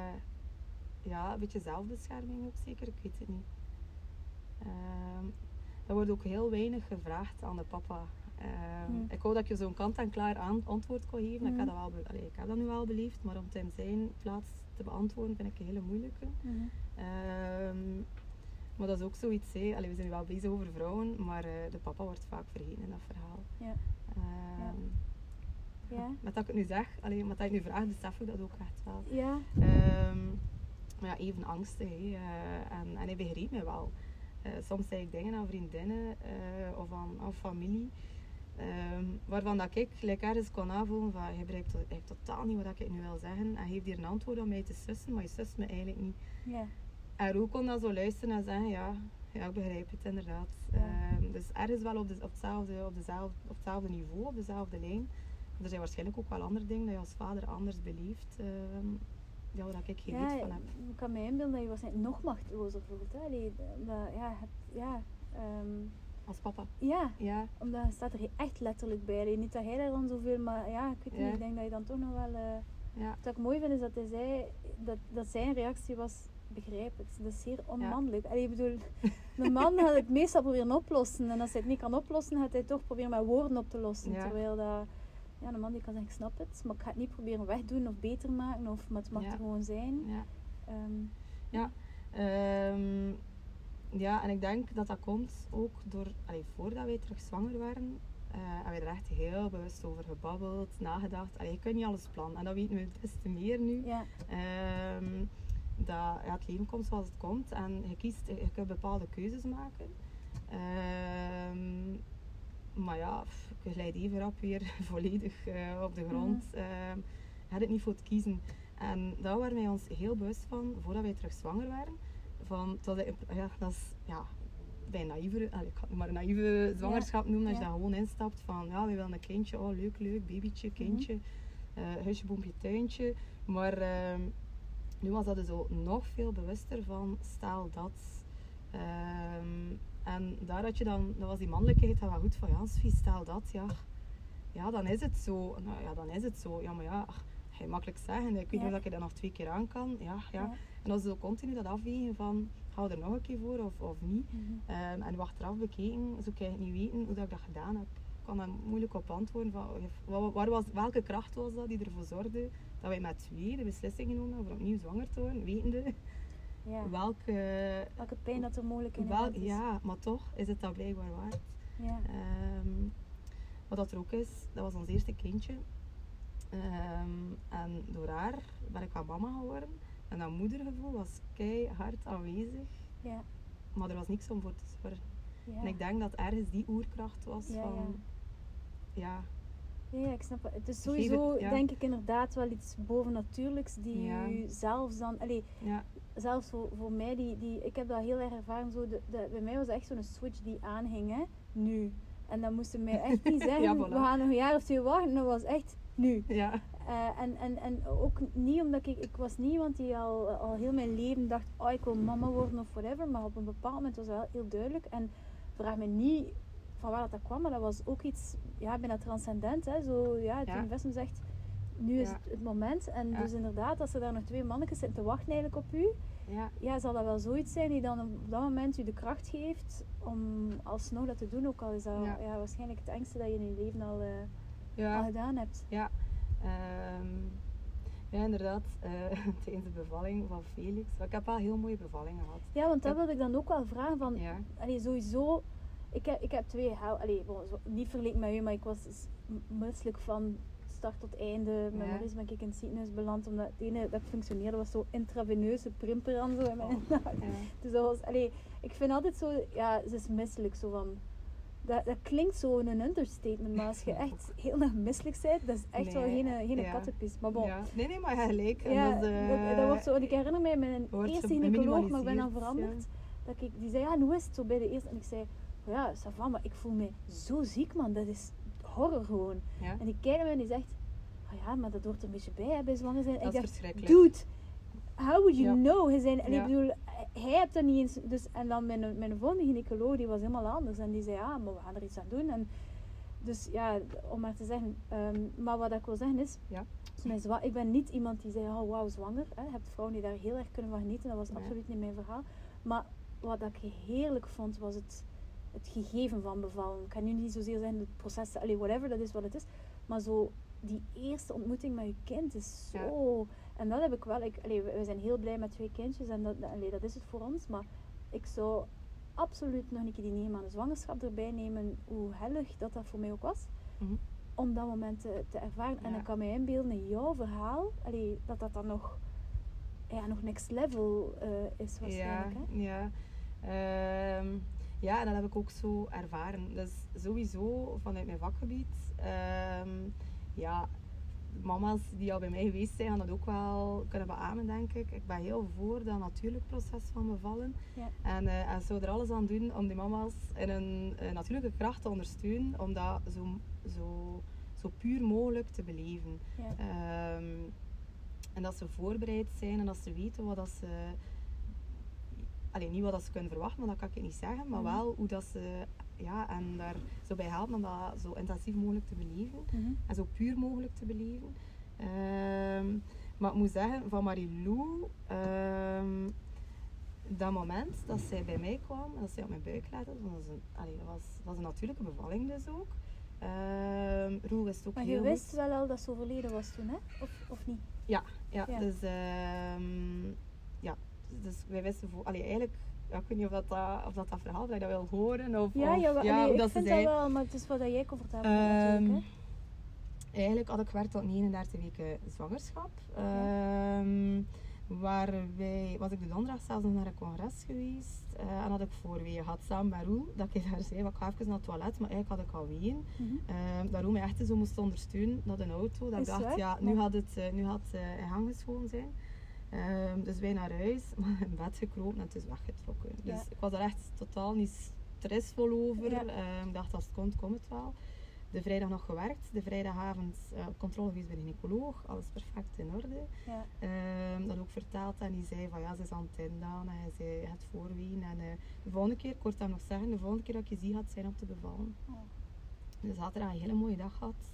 ja, een beetje zelfbescherming ook zeker, ik weet het niet. Um, er wordt ook heel weinig gevraagd aan de papa. Um, mm. Ik wou dat ik je zo'n kant-en-klaar antwoord kon geven. Mm. Ik, heb dat wel be- Allee, ik heb dat nu wel beleefd, maar om het in zijn plaats te beantwoorden vind ik een hele moeilijke. Mm. Um, maar dat is ook zoiets, hè. Allee, we zijn nu wel bezig over vrouwen, maar uh, de papa wordt vaak vergeten in dat verhaal. Ja. Um, ja. Ja. Met dat ik het nu zeg, allee, met dat ik nu vraag, besef ik dat ook echt wel. Ja. Um, maar ja, even angstig, hè. Uh, en, en hij begreep me wel. Uh, soms zei ik dingen aan vriendinnen uh, of aan, aan familie, um, waarvan dat ik like, ergens kon aanvoelen van je begrijpt to- totaal niet wat ik nu wil zeggen en geeft hier een antwoord om mij te sussen, maar je sust me eigenlijk niet. Ja. En Roel kon dan zo luisteren en zeggen, ja, ja ik begrijp het inderdaad. Ja. Um, dus ergens wel op, de, op, hetzelfde, op, dezelfde, op hetzelfde niveau, op dezelfde lijn. Er zijn waarschijnlijk ook wel andere dingen dat je als vader anders beleeft. Um, Ja, waar ik geen ja, weet van heb. Ik kan me inbeelden dat je waarschijnlijk nog machtelozer voelt. Hè? Allee, dat, ja, het, ja, um, als papa? Ja, ja. Omdat je staat er echt letterlijk bij. Allee, niet dat hij daar dan zoveel, maar ja, ik weet ja. niet, ik denk dat je dan toch nog wel... Uh, ja. Wat ik mooi vind is dat hij zei, dat, dat zijn reactie was, begrijp het. Dat is zeer onmannelijk. Ja. Allee, ik bedoel, de man gaat het meestal proberen oplossen. En als hij het niet kan oplossen, gaat hij toch proberen met woorden op te lossen. Ja. Terwijl dat... Ja, de man die kan zeggen, ik snap het, maar ik ga het niet proberen wegdoen of beter maken, of, maar het mag ja. er gewoon zijn. Ja, um, ja. Um, ja, en ik denk dat dat komt ook door, allee, voordat wij terug zwanger waren, uh, hebben wij er echt heel bewust over gebabbeld, nagedacht. Allee, je kunt niet alles plannen en dat weten we des te meer nu. Ja. Um, dat ja, het leven komt zoals het komt en je kiest, je, je kunt bepaalde keuzes maken. Um, Maar ja, je glijdt even rap weer volledig uh, op de grond. Mm. Uh, je had het niet voor te kiezen. En daar waren wij ons heel bewust van, voordat wij terug zwanger waren. Van, dat, ja, dat is ja, bij een naïeve, ik ga het maar een naïeve zwangerschap noemen, als ja. je daar gewoon instapt van, ja, we willen een kindje, oh leuk, leuk, babytje, kindje, mm-hmm. uh, huisje, boompje, tuintje. Maar uh, nu was dat dus ook nog veel bewuster van, stel dat... Um, En daar had je dan, dat was die mannelijkheid, dat was goed van ja, Sophie, stel dat, ja, ja, dan is het zo. Nou ja, dan is het zo. Ja, maar ja, ga je makkelijk zeggen, ik weet niet ja. of ik dat nog twee keer aan kan. Ja, ja. ja. En dat is zo continu dat afwegen van, ga je er nog een keer voor of, of niet. Mm-hmm. Um, en achteraf bekeken, zo kan je niet weten hoe dat ik dat gedaan heb. Ik kan daar moeilijk op antwoorden van, waar was, welke kracht was dat die ervoor zorgde dat wij met twee de beslissing genomen hebben om opnieuw zwanger te worden, wetende. Ja. Welke, welke pijn dat er mogelijk in wel, is. Ja, maar toch is het dat blijkbaar waard. Ja. Um, wat dat er ook is, dat was ons eerste kindje. Um, en door haar ben ik wel mama geworden. En dat moedergevoel was keihard aanwezig. Ja. Maar er was niks om voor te zorgen. Ja. En ik denk dat ergens die oerkracht was ja, van... Ja. ja Ja, ik snap het. Het is sowieso, het, ja. denk ik inderdaad, wel iets bovennatuurlijks die ja. u zelfs dan... Allee, ja. zelfs voor, voor mij, die, die, ik heb dat heel erg ervaren, zo de, de, bij mij was het echt zo'n switch die aanging, hè, nu. En dan moesten mij echt niet zeggen, ja, voilà. we gaan nog een jaar of twee wachten, dat was echt nu. Ja. Uh, en, en, en ook niet omdat ik, ik was niet iemand die al, al heel mijn leven dacht, oh ik wil mama worden of whatever, maar op een bepaald moment was het wel heel duidelijk. En vraag me niet van waar dat, dat kwam, maar dat was ook iets, ja, bijna transcendent, hè. Zo, ja, het ja. universum zegt, nu is ja. het, het moment. En ja. dus inderdaad, als er daar nog twee mannetjes zitten te wachten eigenlijk op u, ja. ja, zal dat wel zoiets zijn die dan op dat moment u de kracht geeft om alsnog dat te doen, ook al is dat ja. Ja, waarschijnlijk het engste dat je in je leven al, uh, ja. al gedaan hebt. Ja, um, ja inderdaad, uh, tijdens de bevalling van Felix. Maar ik heb wel een heel mooie bevalling gehad. Ja, want dat ik wilde ik dan ook wel vragen van, ja. allee, sowieso, ik heb, ik heb twee, allee, bon, niet vergeleken met u, maar ik was misselijk van start tot einde. Met ja. Maurice ben ik in het ziekenhuis beland, omdat het ene dat functioneerde was zo intraveneuze primperan zo in mijn oh, nacht. Ja. Dus dat was, allee, ik vind altijd zo, ja, ze is misselijk zo van. Dat, dat klinkt zo een understatement, maar als je echt heel erg misselijk bent, dat is echt nee, wel geen, geen ja. kattenpis. Maar bon. Ja. Nee, nee, maar ja, gelijk. Ja, dat, uh, dat, dat wordt zo, en ik herinner mij mijn eerste gynaecoloog, maar ik ben dan veranderd. Ja. Dat ik, die zei, ja, hoe is het zo bij de eerste? En ik zei, oh ja, ça va, maar ik voel me zo ziek, man. Dat is horror gewoon. Ja. En die kijkt me en die zegt, oh ja, maar dat hoort er een beetje bij, hè, bij zwanger zijn. En dat ik is dacht, verschrikkelijk. Dude, how would you ja. know? Hij zei, en ja. ik bedoel, hij heeft dat niet eens. Dus, en dan mijn, mijn volgende gynaecoloog, die was helemaal anders. En die zei, ja, maar we gaan er iets aan doen. En dus ja, om maar te zeggen. Um, maar wat ik wil zeggen is, ja. dus zwa- ik ben niet iemand die zei, oh wauw, zwanger. Hè. Je hebt vrouwen die daar heel erg kunnen van genieten. Dat was nee. absoluut niet mijn verhaal. Maar wat ik heerlijk vond, was het, het gegeven van bevallen. Ik kan nu niet zozeer zeggen, het proces, allee, whatever, dat is wat het is. Maar zo, die eerste ontmoeting met je kind is zo... Ja. En dat heb ik wel... Ik, allee, we zijn heel blij met twee kindjes en dat, allee, dat is het voor ons. Maar ik zou absoluut nog een keer die negen maanden zwangerschap erbij nemen, hoe hellig dat dat voor mij ook was. Mm-hmm. Om dat moment te, te ervaren. Ja. En ik kan me inbeelden in jouw verhaal, allee, dat dat dan nog... Ja, nog next level uh, is waarschijnlijk. Ja, hè? ja. Um, ja, en dat heb ik ook zo ervaren. Dus sowieso vanuit mijn vakgebied... Um, ja, mama's die al bij mij geweest zijn, gaan dat ook wel kunnen beamen, denk ik. Ik ben heel voor dat natuurlijk proces van bevallen. Ja. En ik uh, zou er alles aan doen om die mama's in een uh, natuurlijke kracht te ondersteunen, om dat zo, zo, zo puur mogelijk te beleven. Ja. Um, en dat ze voorbereid zijn en dat ze weten wat dat ze... Alleen niet wat dat ze kunnen verwachten, maar dat kan ik niet zeggen, maar mm-hmm. wel hoe dat ze... Ja, en daar zo bij helpen om dat zo intensief mogelijk te beleven. Mm-hmm. En zo puur mogelijk te beleven. Um, maar ik moet zeggen, van Marilou... Um, dat moment dat zij bij mij kwam, en dat zij op mijn buik legde, dat was een, allee, dat was, dat was een natuurlijke bevalling dus ook. Um, Roel wist ook maar heel goed... Maar je wist wel al dat ze overleden was toen, hè? Of, of niet? Ja, ja, ja. dus... Um, ja, dus wij wisten voor... Allee, eigenlijk... Ja, ik weet niet of dat, dat, of dat, dat verhaal dat je dat wil horen. Of, ja, of, ja, ja nee, dat ik vind zei, dat wel, maar het is wat jij comfortabel um, vindt natuurlijk. Hè? Eigenlijk had ik gewerkt tot negenendertig weken zwangerschap. Okay. Um, waar wij, was ik de donderdag zelfs nog naar een congres geweest. Uh, en had ik voorwee gehad samen met Roel. Dat ik daar zei, ik ga even naar het toilet. Maar eigenlijk had ik al ween. Mm-hmm. Um, dat Roel mij echt zo moest ondersteunen naar de auto. Dat ik dacht, ja, nu ja. gaat het uh, nu gaat, uh, in gang geschoten zijn. Um, dus wij naar huis, maar in bed gekropen en het is weggetrokken. Dus ja. ik was er echt totaal niet stressvol over. Ja. Um, ik dacht, als het komt, komt het wel. De vrijdag nog gewerkt, de vrijdagavond uh, controle geweest bij de gynaecoloog, alles perfect in orde. Ja. Um, dat ook verteld en die zei van ja, ze is aan het indaan en hij zei het voorween. En uh, de volgende keer, ik hoorde hem nog zeggen, de volgende keer dat ik je zie gaat zijn om te bevallen. Oh. Dus zaterdag een hele mooie dag gehad.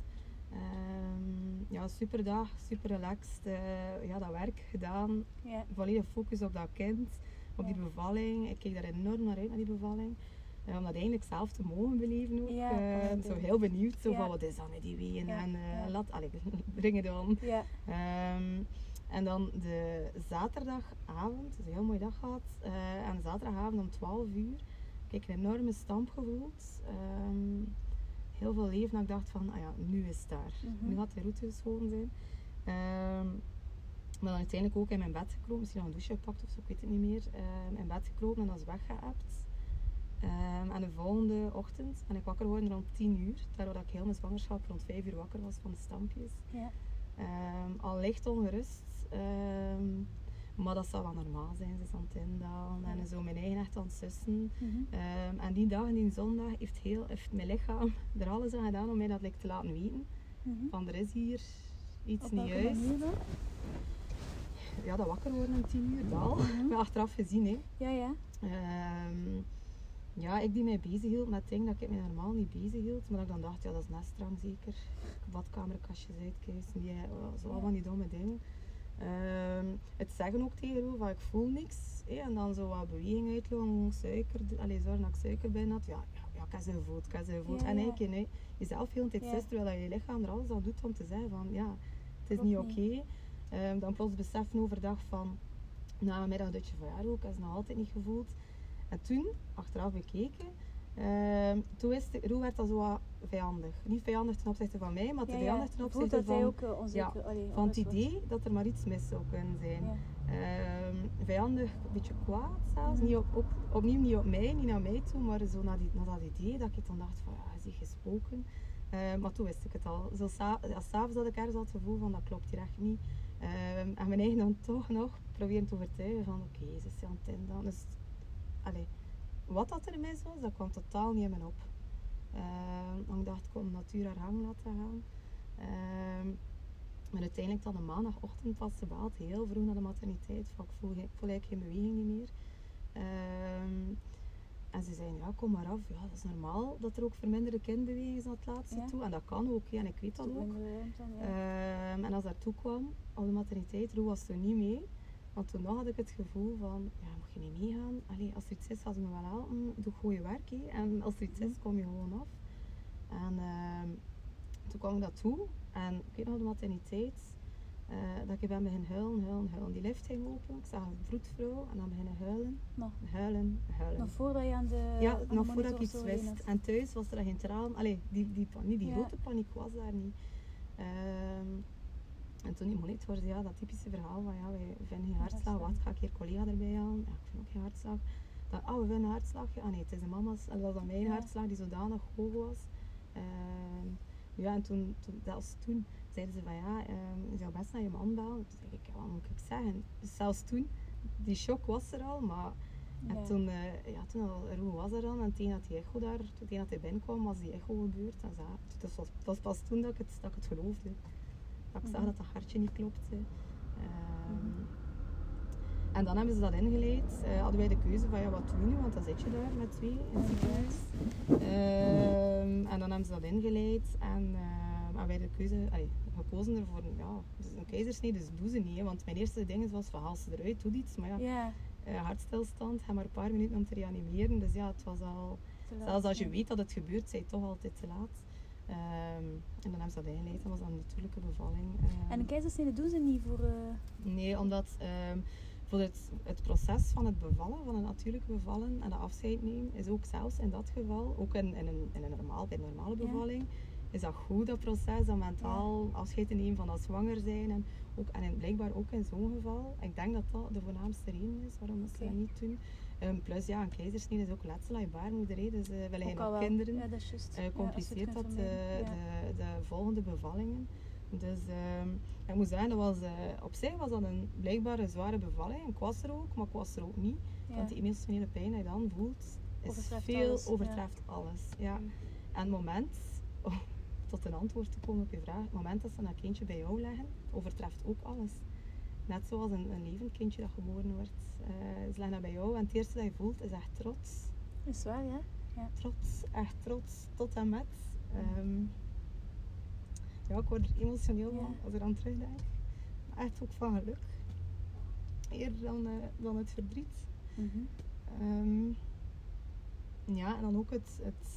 Um, ja, super dag, super relaxed. Uh, ja, dat werk gedaan. Yeah. Volledig focus op dat kind, op yeah. die bevalling. Ik keek daar enorm naar uit, naar die bevalling. Uh, om dat eigenlijk zelf te mogen beleven ook. Yeah, uh, zo heel benieuwd, zo yeah. van wat is dan die ween yeah. en uh, yeah. laat, allee, breng het dan. Yeah. Um, en dan de zaterdagavond, dus een heel mooie dag gehad. Uh, en de zaterdagavond om twaalf uur, heb ik een enorme stamp gevoeld. Um, heel veel leven, dat ik dacht van, ah ja, nu is het daar. Mm-hmm. Nu gaat de route geschoten zijn. Um, maar dan uiteindelijk ook in mijn bed gekropen, misschien nog een douche gepakt of zo, ik weet het niet meer. Um, in bed gekropen en dat is weggeëpt. Um, en de volgende ochtend ben ik wakker geworden rond tien uur. Terwijl ik heel mijn zwangerschap rond vijf uur wakker was van de stampjes. Ja. Um, al licht ongerust. Um, maar dat zal wel normaal zijn, ze is aan het indalen. Ja. En zo mijn eigen echt aan het sussen. Mm-hmm. Um, en die dag en die zondag heeft, heel, heeft mijn lichaam er alles aan gedaan om mij dat like, te laten weten. Mm-hmm. Van er is hier iets niet juist. Ja, dat wakker worden om tien uur wel. Mm-hmm. Maar achteraf gezien, hè. Ja, ja. Um, ja, ik die mij bezig hield met dingen dat ik mij normaal niet bezig hield. Maar dat ik dan dacht, ja, dat is nestdrang zeker. Badkamerkastjes uitkuisen, die, zo allemaal die domme dingen. Um, het zeggen ook tegen jou van ik voel niks. Hé, en dan zo wat beweging uitlopen, suiker, allee, zorgen dat ik suiker binnen had. Ja, ja, ja ik heb ze gevoeld, ik heb ze gevoeld. Ja, en eigenlijk nee, jezelf heel de tijd zes, terwijl je lichaam er alles aan doet om te zeggen van ja, het is niet oké. Okay. Um, dan plots beseffen overdag van na een middag dat je verjaardag ook, ik heb ze nog altijd niet gevoeld. En toen, achteraf bekeken, uh, toen wist ik, Roel werd al zo wat vijandig. Niet vijandig ten opzichte van mij, maar te ja, vijandig ten opzichte dat van, hij ook, uh, onzeker, ja, allee, van het idee was. Dat er maar iets mis zou kunnen zijn. Ja. Uh, vijandig, een beetje kwaad zelfs. Mm. Niet op, op, opnieuw niet op mij, niet naar mij toe, maar zo naar, die, naar dat idee dat ik dan dacht van, ja, is hij gesproken? Uh, maar toen wist ik het al. Zo sa- ja, s'avonds had ik ergens al het gevoel van, dat klopt hier echt niet. Uh, en mijn eigen dan toch nog proberen te overtuigen van, oké, okay, ze is aan het indalen. Dus, allee, wat dat er mis was, dat kwam totaal niet in me op. Uh, ik dacht, ik kon de natuur haar gang laten gaan. Uh, maar uiteindelijk dan een maandagochtend was ze behaald, heel vroeg naar de materniteit. Van, ik, voel, ik voel eigenlijk geen beweging niet meer. Uh, en ze zeiden, ja, kom maar af. Ja, dat is normaal dat er ook verminderde kindbeweging is aan het laatste ja. toe. En dat kan ook, ja, en ik weet dat ook. Dan, ja. uh, en als dat toe kwam, op de materniteit, Roel was er niet mee. Want toen nog had ik het gevoel van, ja, mag je niet meegaan? Allee, als er iets is, gaan ze me wel helpen. Doe gewoon je werk, he. En als er iets is, kom je gewoon af. En uh, toen kwam ik dat toe. En ik weet nog, de materniteit, uh, dat ik ben beginnen huilen, huilen, huilen. Die lift ging open, ik zag een vroedvrouw en dan beginnen huilen. Nog. Huilen, huilen. Nog voordat je aan de Ja, aan nog de voordat ik iets wist. had. En thuis was er geen traan. Allee, die, die, die, die ja. grote paniek was daar niet. Um, En toen die monitor, ja, dat typische verhaal van ja, wij vinden geen hartslag. Wat, ga ik hier collega erbij halen? Ja, ik vind ook geen hartslag. Dan, oh, we vinden een hartslag. Ja, nee, het is de mama's. En dat was dan mijn ja. hartslag die zodanig hoog was. Um, ja, en toen, toen, zelfs toen zeiden ze van ja, um, je zou best naar je man bellen. Toen zei ik, ja, wat moet ik zeggen? Dus zelfs toen, die shock was er al, maar en ja. toen, uh, ja, toen al, Roel was er dan en tegen dat die echo daar, tegen dat hij binnenkwam, was die echo gebeurd. En zo, dat was, dat was pas toen dat ik het, dat ik het geloofde. Dat ik zag mm-hmm. dat dat hartje niet klopte. Um, mm-hmm. En dan hebben ze dat ingeleid. Uh, hadden wij de keuze van ja, wat doen we nu? Want dan zit je daar met twee in het ziekenhuis. Um, en dan hebben ze dat ingeleid. En uh, hebben wij de keuze allee, gekozen ervoor. Ja, het is een keizersnede, dus doe ze niet. Hè, want mijn eerste ding was van haal ze eruit, doe iets. Maar ja, yeah. uh, hartstilstand, ga maar een paar minuten om te reanimeren. Dus ja, het was al... Laat, zelfs als je ja. weet dat het gebeurt, zijn je toch altijd te laat. Um, en dan hebben ze dat ingeleid. Dat was dan een natuurlijke bevalling. Um, en een keizersnede doen ze niet voor... Uh... Nee, omdat um, voor het, het proces van het bevallen, van een natuurlijke bevallen en de afscheid nemen, is ook zelfs in dat geval, ook in, in, een, in een normaal, bij een normale bevalling, ja. is dat goed, dat proces, dat mentaal ja. afscheid te nemen van dat zwanger zijn. En, ook, en in, blijkbaar ook in zo'n geval. Ik denk dat dat de voornaamste reden is waarom okay. ze dat niet doen. Um, plus ja, een keizersnede is ook letsel aan je baarmoeder. He. Dus uh, willen je nog kinderen, ja, dat is just, uh, compliceert ja, dat de, ja. de, de volgende bevallingen. Dus um, ik moet zeggen, dat was, uh, op zich was dat een blijkbaar een zware bevalling. Ik was er ook, maar ik was er ook niet. Ja. Want die emotionele pijn die je dan voelt, is overtreft veel, alles. overtreft ja. alles. Ja. Mm. En het moment, oh, tot een antwoord te komen op je vraag, het moment dat ze dat kindje bij jou leggen, overtreft ook alles. Net zoals een, een levend kindje dat geboren wordt. Uh, ze leggen dat bij jou en het eerste dat je voelt is echt trots. Is waar, ja. ja. Trots, echt trots, tot en met. Um, ja, ik word er emotioneel van ja. als ik aan terugdenk. Maar echt ook van geluk. Eerder dan, uh, dan het verdriet. Mm-hmm. Um, ja, en dan ook het, het,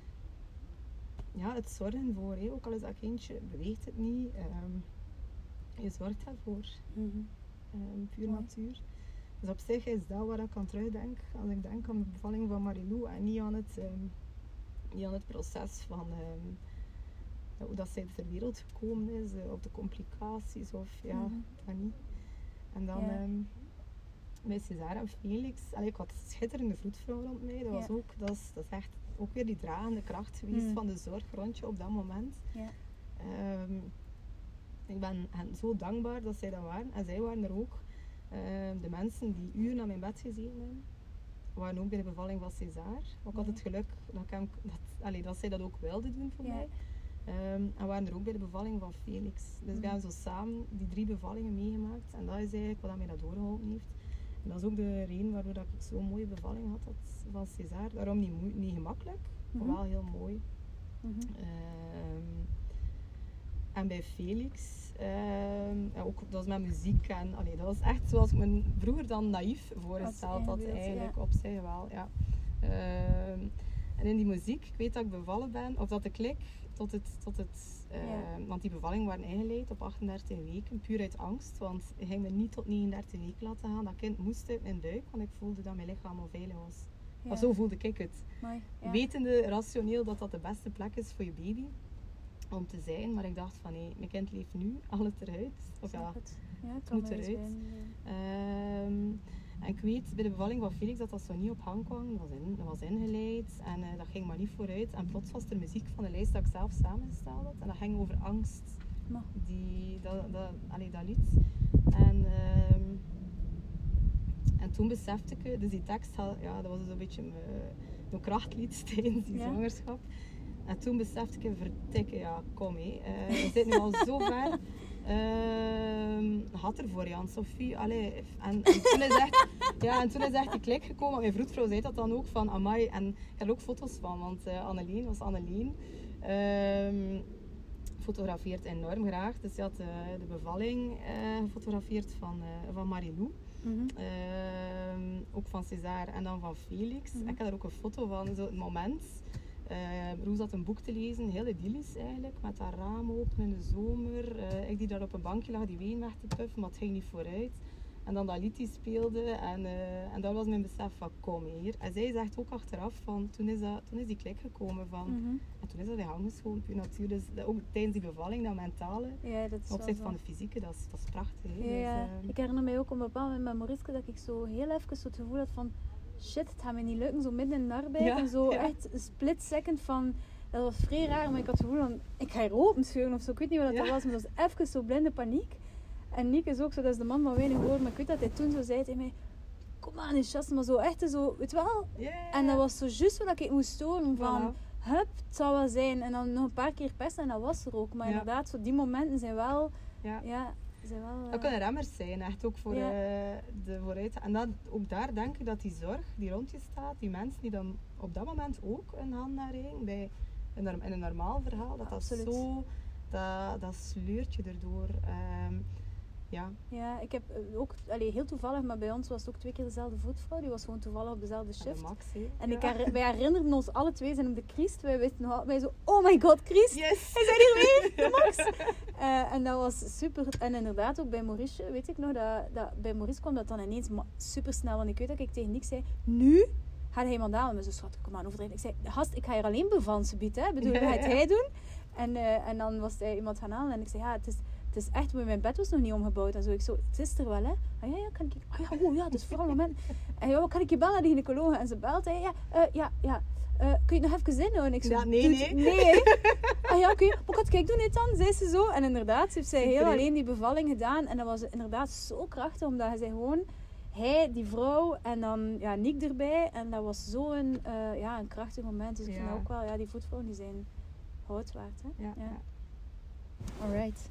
ja, het zorgen voor. He. Ook al is dat kindje, beweegt het niet. Um, je zorgt daarvoor. Mm-hmm. Um, puur Mooi. Natuur. Dus op zich is dat waar ik aan terugdenk. Als ik denk aan de bevalling van Marilou en niet aan het, um, niet aan het proces van um, ja, hoe dat zij ter wereld gekomen is, uh, of de complicaties of ja, mm-hmm. dat niet. En dan, yeah. um, bij César en Felix, allee, ik had schitterende vroedvrouwen rond mij. Dat, was Ja. ook, dat, is, dat is echt ook weer die dragende kracht geweest Mm. van de zorg rond je op dat moment. Ja. Um, ik ben hen zo dankbaar dat zij dat waren. En zij waren er ook. Um, de mensen die uren aan mijn bed gezeten hebben, waren ook bij de bevalling van César. Ik had het geluk dat, ik hem, dat, allee, dat zij dat ook wilden doen voor Ja. mij. Um, en waren er ook bij de bevalling van Felix. Dus Mm. we hebben zo samen die drie bevallingen meegemaakt. En dat is eigenlijk wat mij dat doorgeholpen heeft. En dat is ook de reden waardoor dat ik zo'n mooie bevalling had dat, van César. Daarom niet, moe, niet gemakkelijk, maar Mhm. wel heel mooi. Mhm. Um, en bij Felix, um, ja, ook, dat was met muziek. En, allee, dat was echt zoals ik me vroeger dan naïef voorgesteld had, eigenlijk, ja. op zich wel. Ja. Um, en in die muziek, ik weet dat ik bevallen ben, of dat de klik tot het... Tot het uh, Ja. Want die bevallingen waren ingeleid op achtendertig weken, puur uit angst. Want ik ging me niet tot negenendertig weken laten gaan. Dat kind moest uit mijn buik, want ik voelde dat mijn lichaam onveilig was. Ja. Maar zo voelde ik het. Mooi, ja. Wetende rationeel dat dat de beste plek is voor je baby om te zijn, maar ik dacht van nee, mijn kind leeft nu, al het eruit. Of ja, het, ja, het kan moet wel eens eruit. zijn, Um, en ik weet bij de bevalling van Felix dat dat zo niet op gang kwam. Dat was, in, dat was ingeleid en uh, dat ging maar niet vooruit. En plots was er muziek van de lijst dat ik zelf samengesteld had. En dat ging over angst. Maar. Die, dat, dat, allee, dat lied. En, um, en toen besefte ik, dus die tekst, had, ja, dat was dus een beetje mijn krachtlied tijdens die ja. zwangerschap. En toen besefte ik, vertikken, ja, kom hé. Uh, we zitten nu al zo ver. Uh, had er voor Jan, Sophie. Allee. En, en, toen is echt, ja, en toen is echt die klik gekomen. Mijn vroedvrouw zei dat dan ook van amai. En ik heb er ook foto's van, want uh, Anneleen was Anneleen. Uh, fotografeert enorm graag. Dus ze had uh, de bevalling uh, gefotografeerd van, uh, van Marilou. Mm-hmm. Uh, ook van César en dan van Felix. Mm-hmm. Ik heb er ook een foto van, zo het moment. Uh, Roos had een boek te lezen, heel idyllisch eigenlijk, met haar raam open in de zomer. Uh, ik die daar op een bankje lag, die ween weg te puffen, maar het ging niet vooruit. En dan dat lied die speelde en, uh, en dat was mijn besef van kom hier. En zij zegt ook achteraf van toen is, dat, toen is die klik gekomen van Mm-hmm. en toen is dat in gang geschoten, puur natuur. Dus dat, ook tijdens die bevalling, dat mentale, ja, dat is opzicht zo. van de fysieke, dat is, dat is prachtig. Hè? Ja, Dus, uh, ik herinner mij ook op een bepaald moment met Mariske dat ik zo heel even zo het gevoel had van shit, het gaat me niet lukken, zo midden in de arbeid. Ja, en zo ja. echt een split second van, dat was vrij raar, maar ik had het gevoel van, ik ga hier open scheuren of zo, ik weet niet wat dat Ja. was, maar dat was even zo blinde paniek. En Nick is ook zo, dat is de man van weinig woorden, maar ik weet dat hij toen zo zei tegen mij, kom aan, enthousiast, maar zo echt zo, weet je wel? yeah. En dat was zo juist wat ik moest storen van, Voilà. hup, het zou wel zijn. En dan nog een paar keer persen en dat was er ook. Maar Ja. inderdaad, zo die momenten zijn wel, Ja. ja, zijn wel... Dat uh, kunnen remmers zijn, echt ook voor Ja. uh, de vooruit. En dat, ook daar denk ik dat die zorg die rond je staat, die mensen die dan op dat moment ook een hand naar reiken, bij een, in een normaal verhaal, dat Absoluut. dat zo, dat, dat sleurt je erdoor. Um, ja. Ja, ik heb uh, ook, allee, heel toevallig, maar bij ons was het ook twee keer dezelfde voetvrouw. Die was gewoon toevallig op dezelfde shift. En de Max, he. En ja. ik her, wij herinnerden ons alle twee, zijn op de Christ. Wij wisten nog altijd zo, oh my god, Christ! Yes! Hij zijn hier weer, de Max! uh, en dat was super. En inderdaad, ook bij Maurice, weet ik nog, dat, dat bij Maurice kwam dat dan ineens super snel. Want ik weet dat ik tegen Nick zei, nu gaat hij iemand halen. Maar zo, schat, kom aan, overdrijven. Ik zei, gast, ik ga hier alleen bevallen, subiet, hè. Ik bedoel, ja, wat gaat ja. hij doen? En, uh, en dan was hij iemand gaan halen. En ik zei, ja, het is... Het is echt, mijn bed was nog niet omgebouwd en zo. Ik zo, het is er wel, hè. Ah ja, ja, kan ik... Ah ja, oh ja, het is vooral een moment. En ja, kan ik je bellen naar de gynaecoloog? En ze belt, hè. Ja, uh, ja, ja. Uh, kun je het nog even inhouden? Ik zo, ja, nee, nee. Nee, ah ja, oké. Okay. Maar wat kijk, doe dit dan, zei ze zo. En inderdaad, heeft zij heel alleen die bevalling gedaan. En dat was inderdaad zo krachtig, omdat hij zei gewoon... Hij, die vrouw en dan ja, Nick erbij. En dat was zo'n uh, ja, een krachtig moment. Dus ik ja. vind ook wel, ja, die voetvrouwen die zijn goud waard, hè. Ja, ja. ja. Alright.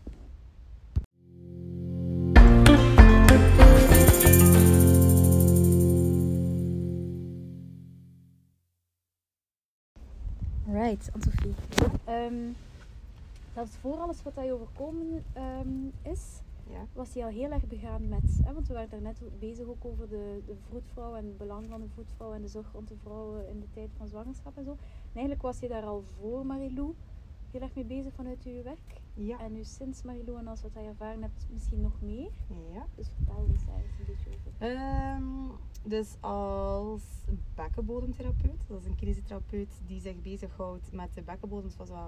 Right, Anne-Sophie. Um, zelfs voor alles wat je overkomen um, is, ja. was hij al heel erg begaan met, hè, want we waren daar net bezig ook over de, de vroedvrouw en het belang van de vroedvrouw en de zorg rond de vrouwen in de tijd van zwangerschap en zo. En eigenlijk was je daar al voor Marilou heel erg mee bezig vanuit je werk. Ja. En nu sinds Marilou en als wat je ervaren hebt, misschien nog meer. Ja. Dus vertel eens daar eens een beetje over. Um, dus als bekkenbodemtherapeut, dat is een kinesitherapeut die zich bezighoudt met de bekkenbodem, zoals wel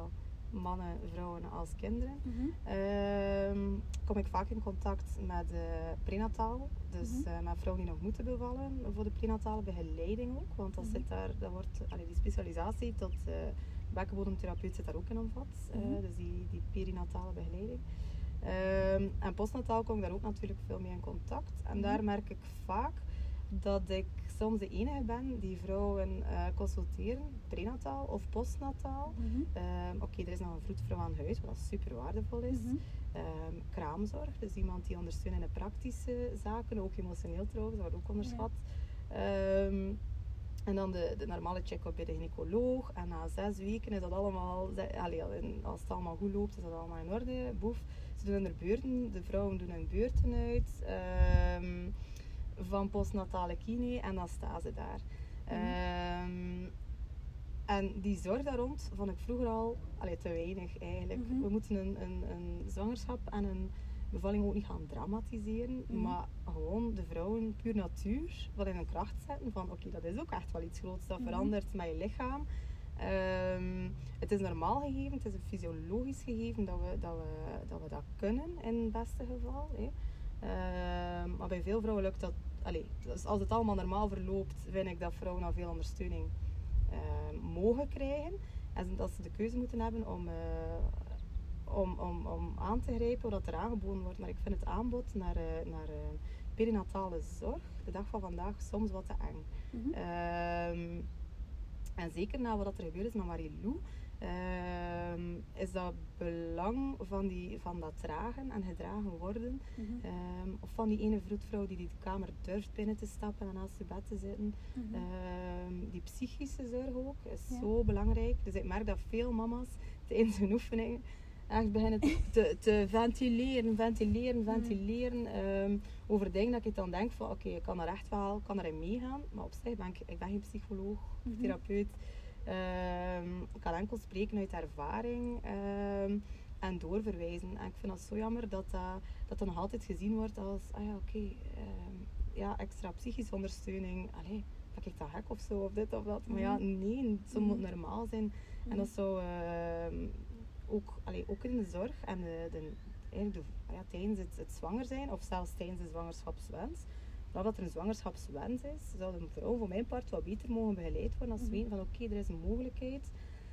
mannen, vrouwen als kinderen, Mm-hmm. um, kom ik vaak in contact met uh, prenataal. Dus Mm-hmm. uh, met vrouwen die nog moeten bevallen voor de prenatale begeleiding ook. Want dat Mm-hmm. zit daar, dat wordt, allee, die specialisatie tot uh, bekkenbodemtherapeut zit daar ook in omvat. Mm-hmm. Uh, dus die, die perinatale begeleiding. Um, en postnataal kom ik daar ook natuurlijk veel mee in contact. En mm-hmm. daar merk ik vaak dat ik soms de enige ben die vrouwen uh, consulteren, prenataal of postnataal. Mm-hmm. Um, Oké, okay, er is nog een vroedvrouw aan huis, wat super waardevol is. Mm-hmm. Um, kraamzorg, dus iemand die ondersteunt in de praktische zaken, ook emotioneel trouwens, dat wordt ook onderschat. Ja. Um, en dan de, de normale check-up bij de gynaecoloog. En na zes weken is dat allemaal, allee, als het allemaal goed loopt, is dat allemaal in orde. Boef. Ze doen hun beurten, de vrouwen doen hun beurten uit. Um, van postnatale kine en dan staan ze daar. Mm-hmm. Um, en die zorg daar rond vond ik vroeger al allee, te weinig eigenlijk. Mm-hmm. We moeten een, een, een zwangerschap en een bevalling ook niet gaan dramatiseren, mm-hmm. maar gewoon de vrouwen puur natuur wat in hun kracht zetten van oké, okay, dat is ook echt wel iets groots, dat mm-hmm. verandert met je lichaam. Um, het is een normaal gegeven, het is een fysiologisch gegeven dat we dat, we, dat, we dat kunnen in het beste geval. Hè. Uh, maar bij veel vrouwen lukt dat, allee, dus als het allemaal normaal verloopt, vind ik dat vrouwen al veel ondersteuning uh, mogen krijgen. En dat ze de keuze moeten hebben om, uh, om, om, om aan te grijpen wat er aangeboden wordt. Maar ik vind het aanbod naar, uh, naar uh, perinatale zorg, de dag van vandaag, soms wat te eng. Mm-hmm. Uh, en zeker na wat er gebeurd is met Marie-Lou, Um, is dat belang van, die, van dat dragen en gedragen worden. Mm-hmm. Um, of van die ene vroedvrouw die, die de kamer durft binnen te stappen en naast je bed te zitten. Mm-hmm. Um, die psychische zorg ook is ja. zo belangrijk. Dus ik merk dat veel mama's tijdens hun oefeningen echt beginnen te, te ventileren, ventileren, ventileren. Mm-hmm. Um, over dingen dat ik dan denk van oké, okay, ik kan er echt wel, kan erin meegaan. Maar op zich ben ik, ik ben geen psycholoog of mm-hmm. therapeut. Um, ik kan enkel spreken uit ervaring um, en doorverwijzen. En ik vind dat zo jammer dat dat, dat, dat nog altijd gezien wordt als ah ja, oké, okay, um, ja, extra psychische ondersteuning. Allee, dat ik dat gek of zo, of dit of dat. Maar ja, nee, het moet normaal zijn. Mm-hmm. En dat zou um, ook, allee, ook in de zorg en de, de, eigenlijk de, ja, tijdens het, het zwanger zijn, of zelfs tijdens de zwangerschapswens. Dat er een zwangerschapswens is, zou een vrouw voor mijn part wat beter mogen begeleid worden als ze weten van oké, okay, er is een mogelijkheid.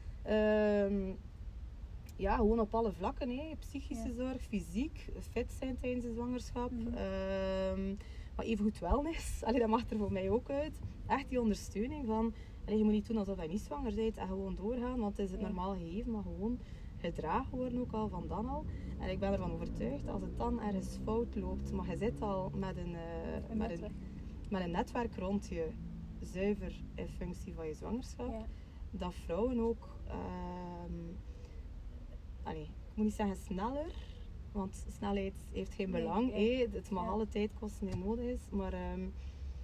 Um, ja, gewoon op alle vlakken, hè. Psychische ja. zorg, fysiek, fit zijn tijdens de zwangerschap. Mm-hmm. Um, maar even goed wellness, allee, dat mag er voor mij ook uit. Echt die ondersteuning van, allee, je moet niet doen alsof je niet zwanger bent en gewoon doorgaan, want het is het ja. normaal gegeven, maar gewoon gedragen worden ook al van dan al. En ik ben ervan overtuigd, als het dan ergens fout loopt, maar je zit al met een, uh, een, met een, met een netwerk rond je, zuiver in functie van je zwangerschap, ja. dat vrouwen ook, um, allee, ik moet niet zeggen sneller, want snelheid heeft geen belang. Nee, ja. Het mag ja. alle tijd kosten die nodig is, maar um,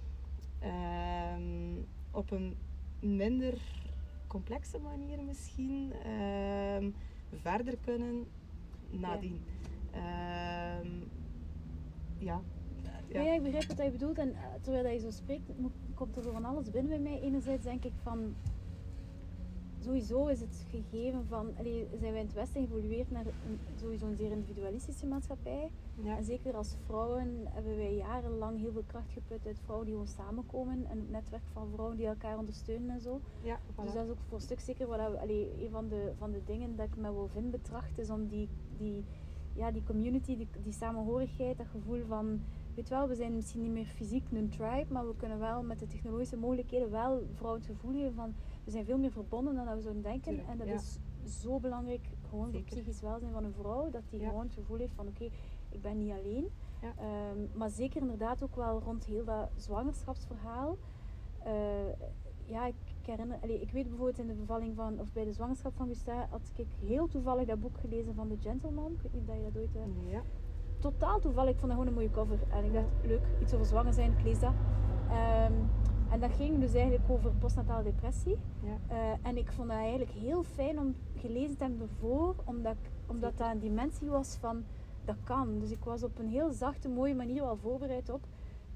um, op een minder complexe manier misschien um, verder kunnen nadien. Ja. Um, ja. Ja. ja, ik begrijp wat je bedoelt en uh, terwijl dat je zo spreekt, komt er zo van alles binnen bij mij. Enerzijds denk ik van, sowieso is het gegeven van, allee, zijn wij in het Westen geëvolueerd naar een, sowieso een zeer individualistische maatschappij. Ja. En zeker als vrouwen hebben wij jarenlang heel veel kracht geput uit vrouwen die gewoon samenkomen en het netwerk van vrouwen die elkaar ondersteunen en zo. Ja, voilà. Dus dat is ook voor een stuk zeker wat we, allee, een van de, van de dingen dat ik met Wolvin betracht is om die, die, ja, die community, die, die samenhorigheid, dat gevoel van, weet wel, we zijn misschien niet meer fysiek een tribe, maar we kunnen wel met de technologische mogelijkheden wel vrouwen het gevoel geven van, we zijn veel meer verbonden dan dat we zouden denken. Tuurlijk, en dat ja. is zo belangrijk, gewoon Zeker. voor psychisch welzijn van een vrouw, dat die ja. gewoon het gevoel heeft van, oké, okay, ik ben niet alleen. Ja. Um, maar zeker inderdaad ook wel rond heel dat zwangerschapsverhaal. Uh, ja, ik, ik herinner, allez, ik weet bijvoorbeeld in de bevalling van, of bij de zwangerschap van Gustave, had ik heel toevallig dat boek gelezen van The Gentleman. Ik weet niet of je dat ooit... Uh, ja. Totaal toevallig, ik vond dat gewoon een mooie cover. En ik dacht, leuk, iets over zwanger zijn, ik lees dat. Um, en dat ging dus eigenlijk over postnatale depressie. Ja. Uh, en ik vond dat eigenlijk heel fijn om gelezen te hebben ervoor, omdat, ik, omdat dat een dimensie was van, dat kan. Dus ik was op een heel zachte, mooie manier wel voorbereid op.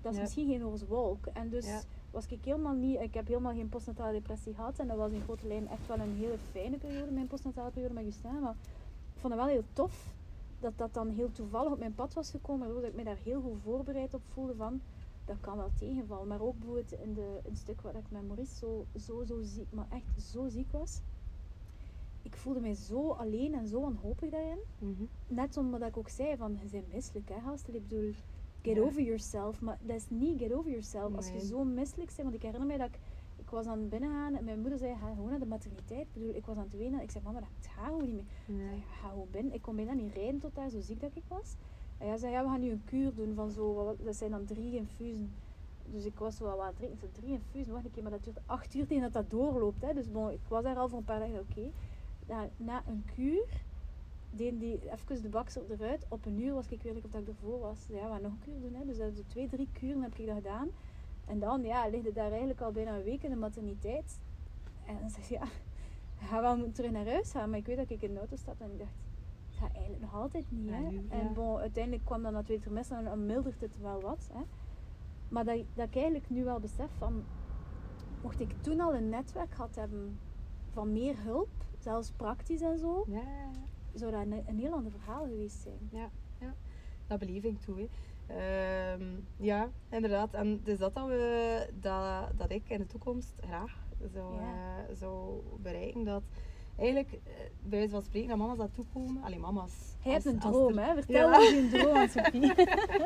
dat is Ja. misschien geen roze wolk. En dus Ja. was ik helemaal niet, ik heb helemaal geen postnatale depressie gehad. En dat was in grote lijnen echt wel een hele fijne periode, mijn postnatale periode met Justin. Maar ik vond het wel heel tof dat dat dan heel toevallig op mijn pad was gekomen. Waardoor ik me daar heel goed voorbereid op voelde van, dat kan wel tegenvallen. Maar ook bijvoorbeeld in, de, in het stuk waar ik met Maurice zo, zo, zo ziek, maar echt zo ziek was. Ik voelde mij zo alleen en zo wanhopig daarin. Mm-hmm. Net omdat ik ook zei van, je bent misselijk hè gasten. Ik bedoel, get Ja. over yourself. Maar dat is niet get over yourself. Als je Nee. zo misselijk bent. Want ik herinner mij dat ik, ik was aan het binnengaan en mijn moeder zei, ga gewoon naar de materniteit. Ik bedoel, ik was aan het wenen. Ik zei, mama, dat gaat gewoon niet meer. Ik Nee. zei, ja, ga gewoon binnen. Ik kon bijna niet rijden tot daar, zo ziek dat ik was. En hij zei, ja, we gaan nu een kuur doen van zo, wat- dat zijn dan drie infusen. Dus ik was zo wel wat drinken. Ik zei, drie infusen, wacht een keer, maar dat duurt acht uur tegen dat dat doorloopt. Hè. Dus bon, ik was daar al voor een paar dagen, oké. Na, na een kuur, deed die even de baksel eruit. Op een uur was ik weer of dat ik ervoor was. Ja, we gaan nog een kuur doen. Hè. Dus dat is zo twee, drie kuren heb ik dat gedaan. En dan, ja, ligt het daar eigenlijk al bijna een week in de materniteit. En dan zeg je, ja, ga wel moeten terug naar huis gaan. Maar ik weet dat ik in de auto stapte en ik dacht, het gaat eigenlijk nog altijd niet. Hè. Ja, nu, ja. En bon, uiteindelijk kwam dan dat tweede trimester en dan mildert het wel wat. Hè. Maar dat, dat ik eigenlijk nu wel besef van, mocht ik toen al een netwerk gehad hebben van meer hulp, zelfs praktisch en zo, Ja, ja, ja. zou dat een, een heel ander verhaal geweest zijn. Ja, ja. Dat beleef ik toe. Hè. Ehm, ja, inderdaad. En het is dat dat, we, dat, dat ik in de toekomst graag zou, Ja. eh, zou bereiken. Dat eigenlijk, eh, bij wijze van spreken, dat mama's dat toekomen. Allee, mama's. Hij heeft als- een als droom, er- hè? Vertel Ja. ons je droom aan Sophie.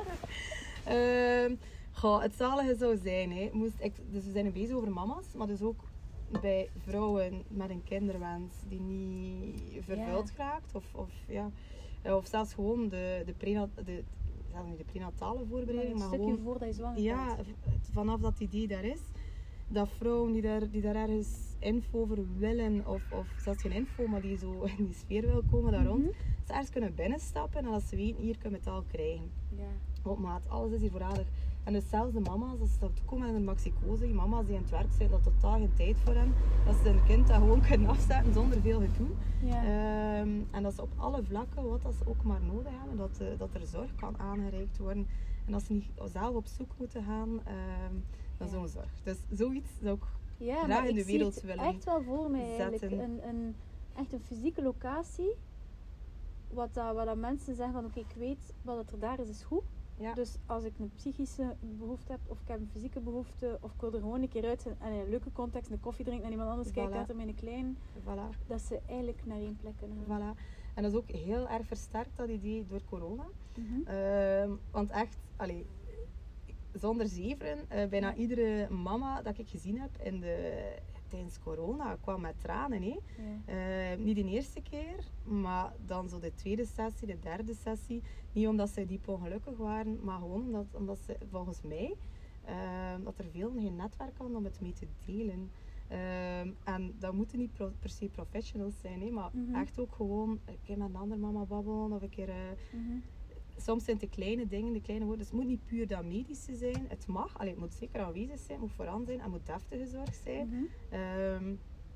Ehm, goh, het zalige zou zijn, hè, moest ik, dus we zijn nu bezig over mama's, maar dus ook bij vrouwen met een kinderwens die niet vervuld geraakt. Of, of, ja, eh, of zelfs gewoon de, de, prena, de, zelfs niet de prenatale voorbereiding, een maar stukje gewoon voordat je zwanger ja, bent. v- vanaf dat idee daar is. Dat vrouwen die daar, die daar ergens info over willen, of, of zelfs geen info, maar die zo in die sfeer wil komen daar rond, Mhm. ze ergens kunnen binnenstappen en als ze weten, hier kunnen we het al krijgen. Ja. Op maat, alles is hier voorradig. En dus zelfs de mama's, als ze dat komen in een maxicose, die mama's die aan het werk zijn, dat totaal geen tijd voor hen, dat ze hun kind dat gewoon kunnen afzetten zonder veel gedoe. Ja. Ehm, en dat ze op alle vlakken, wat dat ze ook maar nodig hebben, dat, eh, dat er zorg kan aangereikt worden. En dat ze niet zelf op zoek moeten gaan ehm naar Ja. zo'n zorg. Dus zoiets zou ik Ja, graag maar in de ik zie wereld het willen echt wel voor mij eigenlijk. zetten. Een, een, echt een fysieke locatie. Wat, dat, wat dat mensen zeggen van oké, ik weet wat er daar is, is goed. Ja. Dus als ik een psychische behoefte heb of ik heb een fysieke behoefte of ik wil er gewoon een keer uit zijn en in een leuke context een koffie drinken en iemand anders kijkt Voilà. later mijn klein, Voilà. dat ze eigenlijk naar één plek kunnen gaan. Voilà. En dat is ook heel erg versterkt, dat idee, door corona. Mhm. Ehm, want echt, allee, zonder zeveren, eh, bijna Ja. iedere mama dat ik gezien heb in de, tijdens corona kwam met tranen. Hè. Ja. Eh, niet de eerste keer, maar dan zo de tweede sessie, de derde sessie. Niet omdat ze diep ongelukkig waren, maar gewoon omdat, omdat ze volgens mij, ehm, dat er veel geen netwerk hadden om het mee te delen. Ehm, en dat moeten niet pro- per se professionals zijn, hè, maar Mhm. echt ook gewoon een keer met een andere mama babbelen of een keer... eh, Mhm. soms zijn het de kleine dingen, de kleine woorden. Dus het moet niet puur dat medische zijn. Het mag, allee, het moet zeker aanwezig zijn, het moet voorhanden zijn, het moet deftige zorg zijn. Mhm. Ehm,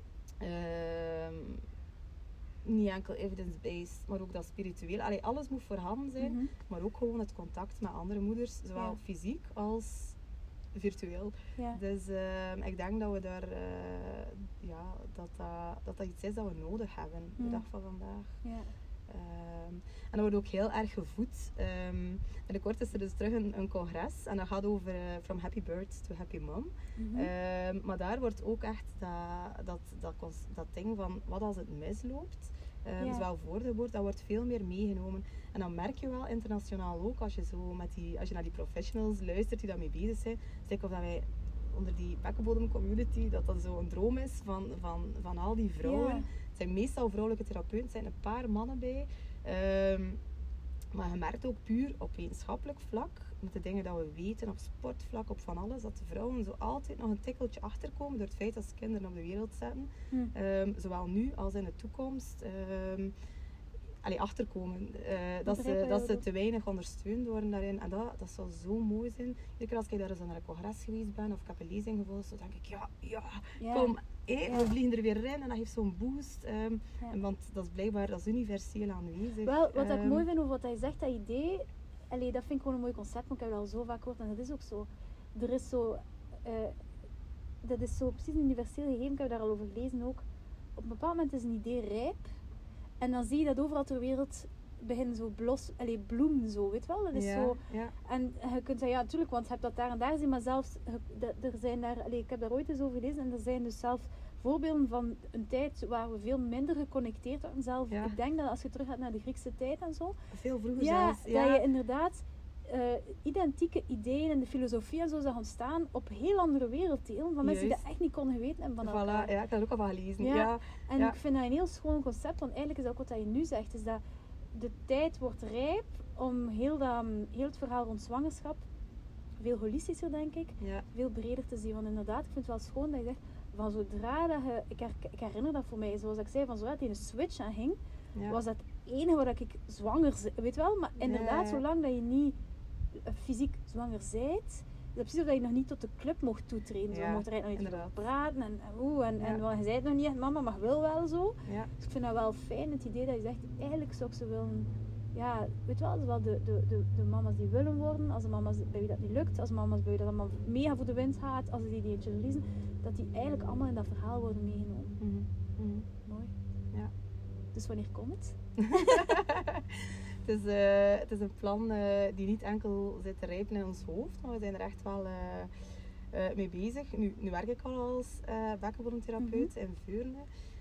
ehm, niet enkel evidence-based, maar ook dat spiritueel. Allee, alles moet voorhanden zijn, Mhm. maar ook gewoon het contact met andere moeders, zowel Ja. fysiek als virtueel. Ja. Dus ehm, ik denk dat we daar, eh, ja, dat, dat, dat dat iets is dat we nodig hebben, de Ja. dag van vandaag. Ja. Ehm, en dat wordt ook heel erg gevoed. Um, binnenkort is er dus terug een, een congres en dat gaat over uh, From Happy Birth to Happy Mom. Mhm. Ehm, maar daar wordt ook echt dat, dat, dat, cons- dat ding van wat als het misloopt, um, Ja. zowel voor de geboorte, dat wordt veel meer meegenomen. En dan merk je wel internationaal ook, als je, zo met die, als je naar die professionals luistert die daarmee bezig zijn, zeker of dat wij onder die bekkenbodem community, dat dat zo een droom is van, van, van al die vrouwen. Ja. Het zijn meestal vrouwelijke therapeuten, er zijn een paar mannen bij. Ehm, maar je merkt ook puur op wetenschappelijk vlak, met de dingen dat we weten, op sportvlak, op van alles, dat de vrouwen zo altijd nog een tikkeltje achterkomen door het feit dat ze kinderen op de wereld zetten. Hm. Ehm, zowel nu als in de toekomst. Ehm, allee, achterkomen. Uh, dat, begrijp ze, wat dat je ze bedoelt. te weinig ondersteund worden daarin. En dat, dat zou zo mooi zijn. Iedere keer als ik daar eens naar een congres geweest ben of ik heb een lezing gevolgd, dan denk ik, ja, ja, Ja. kom, hé, Ja. we vliegen er weer in en dat geeft zo'n boost. Um, Ja. en want dat is blijkbaar dat is universeel aanwezig. Wel, wat ik Um, mooi vind over wat hij zegt, dat idee, allee, dat vind ik gewoon een mooi concept, want ik heb het al zo vaak gehoord en dat is ook zo. Er is zo, uh, dat is zo precies een universeel gegeven, ik heb daar al over gelezen ook. Op een bepaald moment is een idee rijp en dan zie je dat overal ter wereld beginnen zo blos, allee, bloemen zo, weet wel? Dat is ja, zo, ja. En je kunt zeggen, ja natuurlijk, want je hebt dat daar en daar gezien, maar zelfs, er zijn daar, allee, ik heb daar ooit eens over gelezen en er zijn dus zelf voorbeelden van een tijd waar we veel minder geconnecteerd waren. Zelf, ja. Ik denk dat als je terug gaat naar de Griekse tijd en zo. Veel vroeger ja, zelfs. Ja, dat je inderdaad uh, identieke ideeën en de filosofie en zo zag ontstaan op heel andere werelddelen. Van mensen die dat echt niet konden weten en van voilà, elkaar. Ja, ik heb dat ook al van gelezen. Ja, ja. En ja. ik vind dat een heel schoon concept, want eigenlijk is dat ook wat je nu zegt. Is dat de tijd wordt rijp om heel, dat, heel het verhaal rond zwangerschap veel holistischer, denk ik. Ja. Veel breder te zien. Want inderdaad, ik vind het wel schoon dat je zegt, van zodra dat je, ik, her, ik herinner dat voor mij, zoals ik zei, van zodra die een switch aan ging, ja. was dat het enige waar ik zwanger, weet wel, maar inderdaad, ja, ja. zolang dat je niet uh, fysiek zwanger bent, is dat precies of dat je nog niet tot de club mocht toetreden. Ja, zo mocht er nog niet inderdaad. praten en oeh, en, ja. en, en je zei het nog niet echt, mama mag wel wel zo. Ja. Dus ik vind dat wel fijn, het idee dat je zegt, eigenlijk zou ik ze willen, ja, weet wel, zowel de, de, de, de mama's die willen worden, als de mama's bij wie dat niet lukt, als de mama's bij wie dat allemaal mega voor de wind gaat, als die die eentje verliezen, dat die eigenlijk allemaal in dat verhaal worden meegenomen. Mm-hmm. Mm-hmm. Mooi. Ja. Dus wanneer komt het? het, is, uh, het is een plan uh, die niet enkel zit te rijpen in ons hoofd, maar we zijn er echt wel uh, uh, mee bezig. Nu, nu werk ik al als uh, bekkenbodemtherapeut mm-hmm. in Veurne.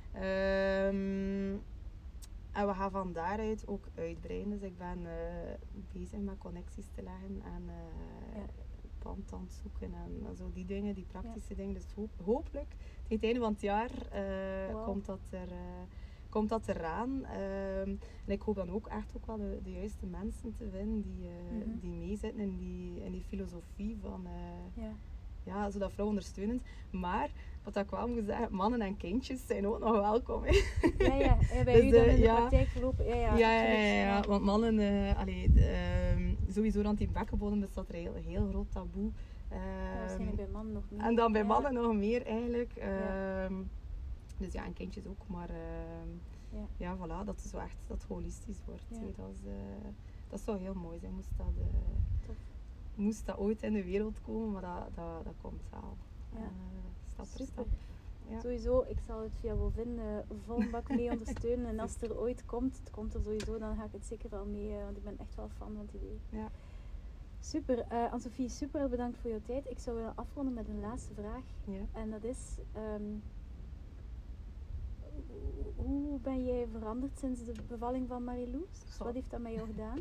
Um, En we gaan van daaruit ook uitbreiden. Dus ik ben uh, bezig met connecties te leggen en uh, ja. pand aan het zoeken en, en zo die dingen, die praktische ja. dingen. Dus hoop, hopelijk, tegen het einde van het jaar uh, wow. komt, dat er, uh, komt dat eraan. Uh, en ik hoop dan ook echt ook wel de, de juiste mensen te vinden die, uh, mm-hmm. die meezitten in die, in die filosofie van... Uh, ja. Ja, zodat vrouwen ondersteunend. Maar, wat ik wel moet zeggen, mannen en kindjes zijn ook nog welkom. Hè. Ja, ja. ja bij dus, u dan in de ja, praktijk verlopen. Ja, ja, ja, ja, ja, ja. Want mannen, uh, allee, uh, sowieso rond die bekkenbodem bestaat er een heel, heel groot taboe. Uh, ja, waarschijnlijk bij mannen nog meer. En dan bij ja. mannen nog meer eigenlijk. Uh, ja. Dus ja, en kindjes ook. Maar uh, ja. ja, voilà, dat het zo echt dat holistisch wordt. Ja. Dat, is, uh, dat zou heel mooi zijn, moest dat... Uh, Tof. Moest dat ooit in de wereld komen, maar dat, dat, dat komt wel. Ja. Uh, stap Super. voor stap. Ja. Sowieso, ik zal het via Wolvin uh, vol bak mee ondersteunen. En als het er ooit komt, het komt er sowieso, dan ga ik het zeker wel mee. Uh, want ik ben echt wel fan van het idee. Ja. Super. Uh, Anne-Sophie, super bedankt voor jouw tijd. Ik zou willen afronden met een laatste vraag. Ja. En dat is... Um, hoe ben jij veranderd sinds de bevalling van Marilou? Dus wat heeft dat met jou gedaan?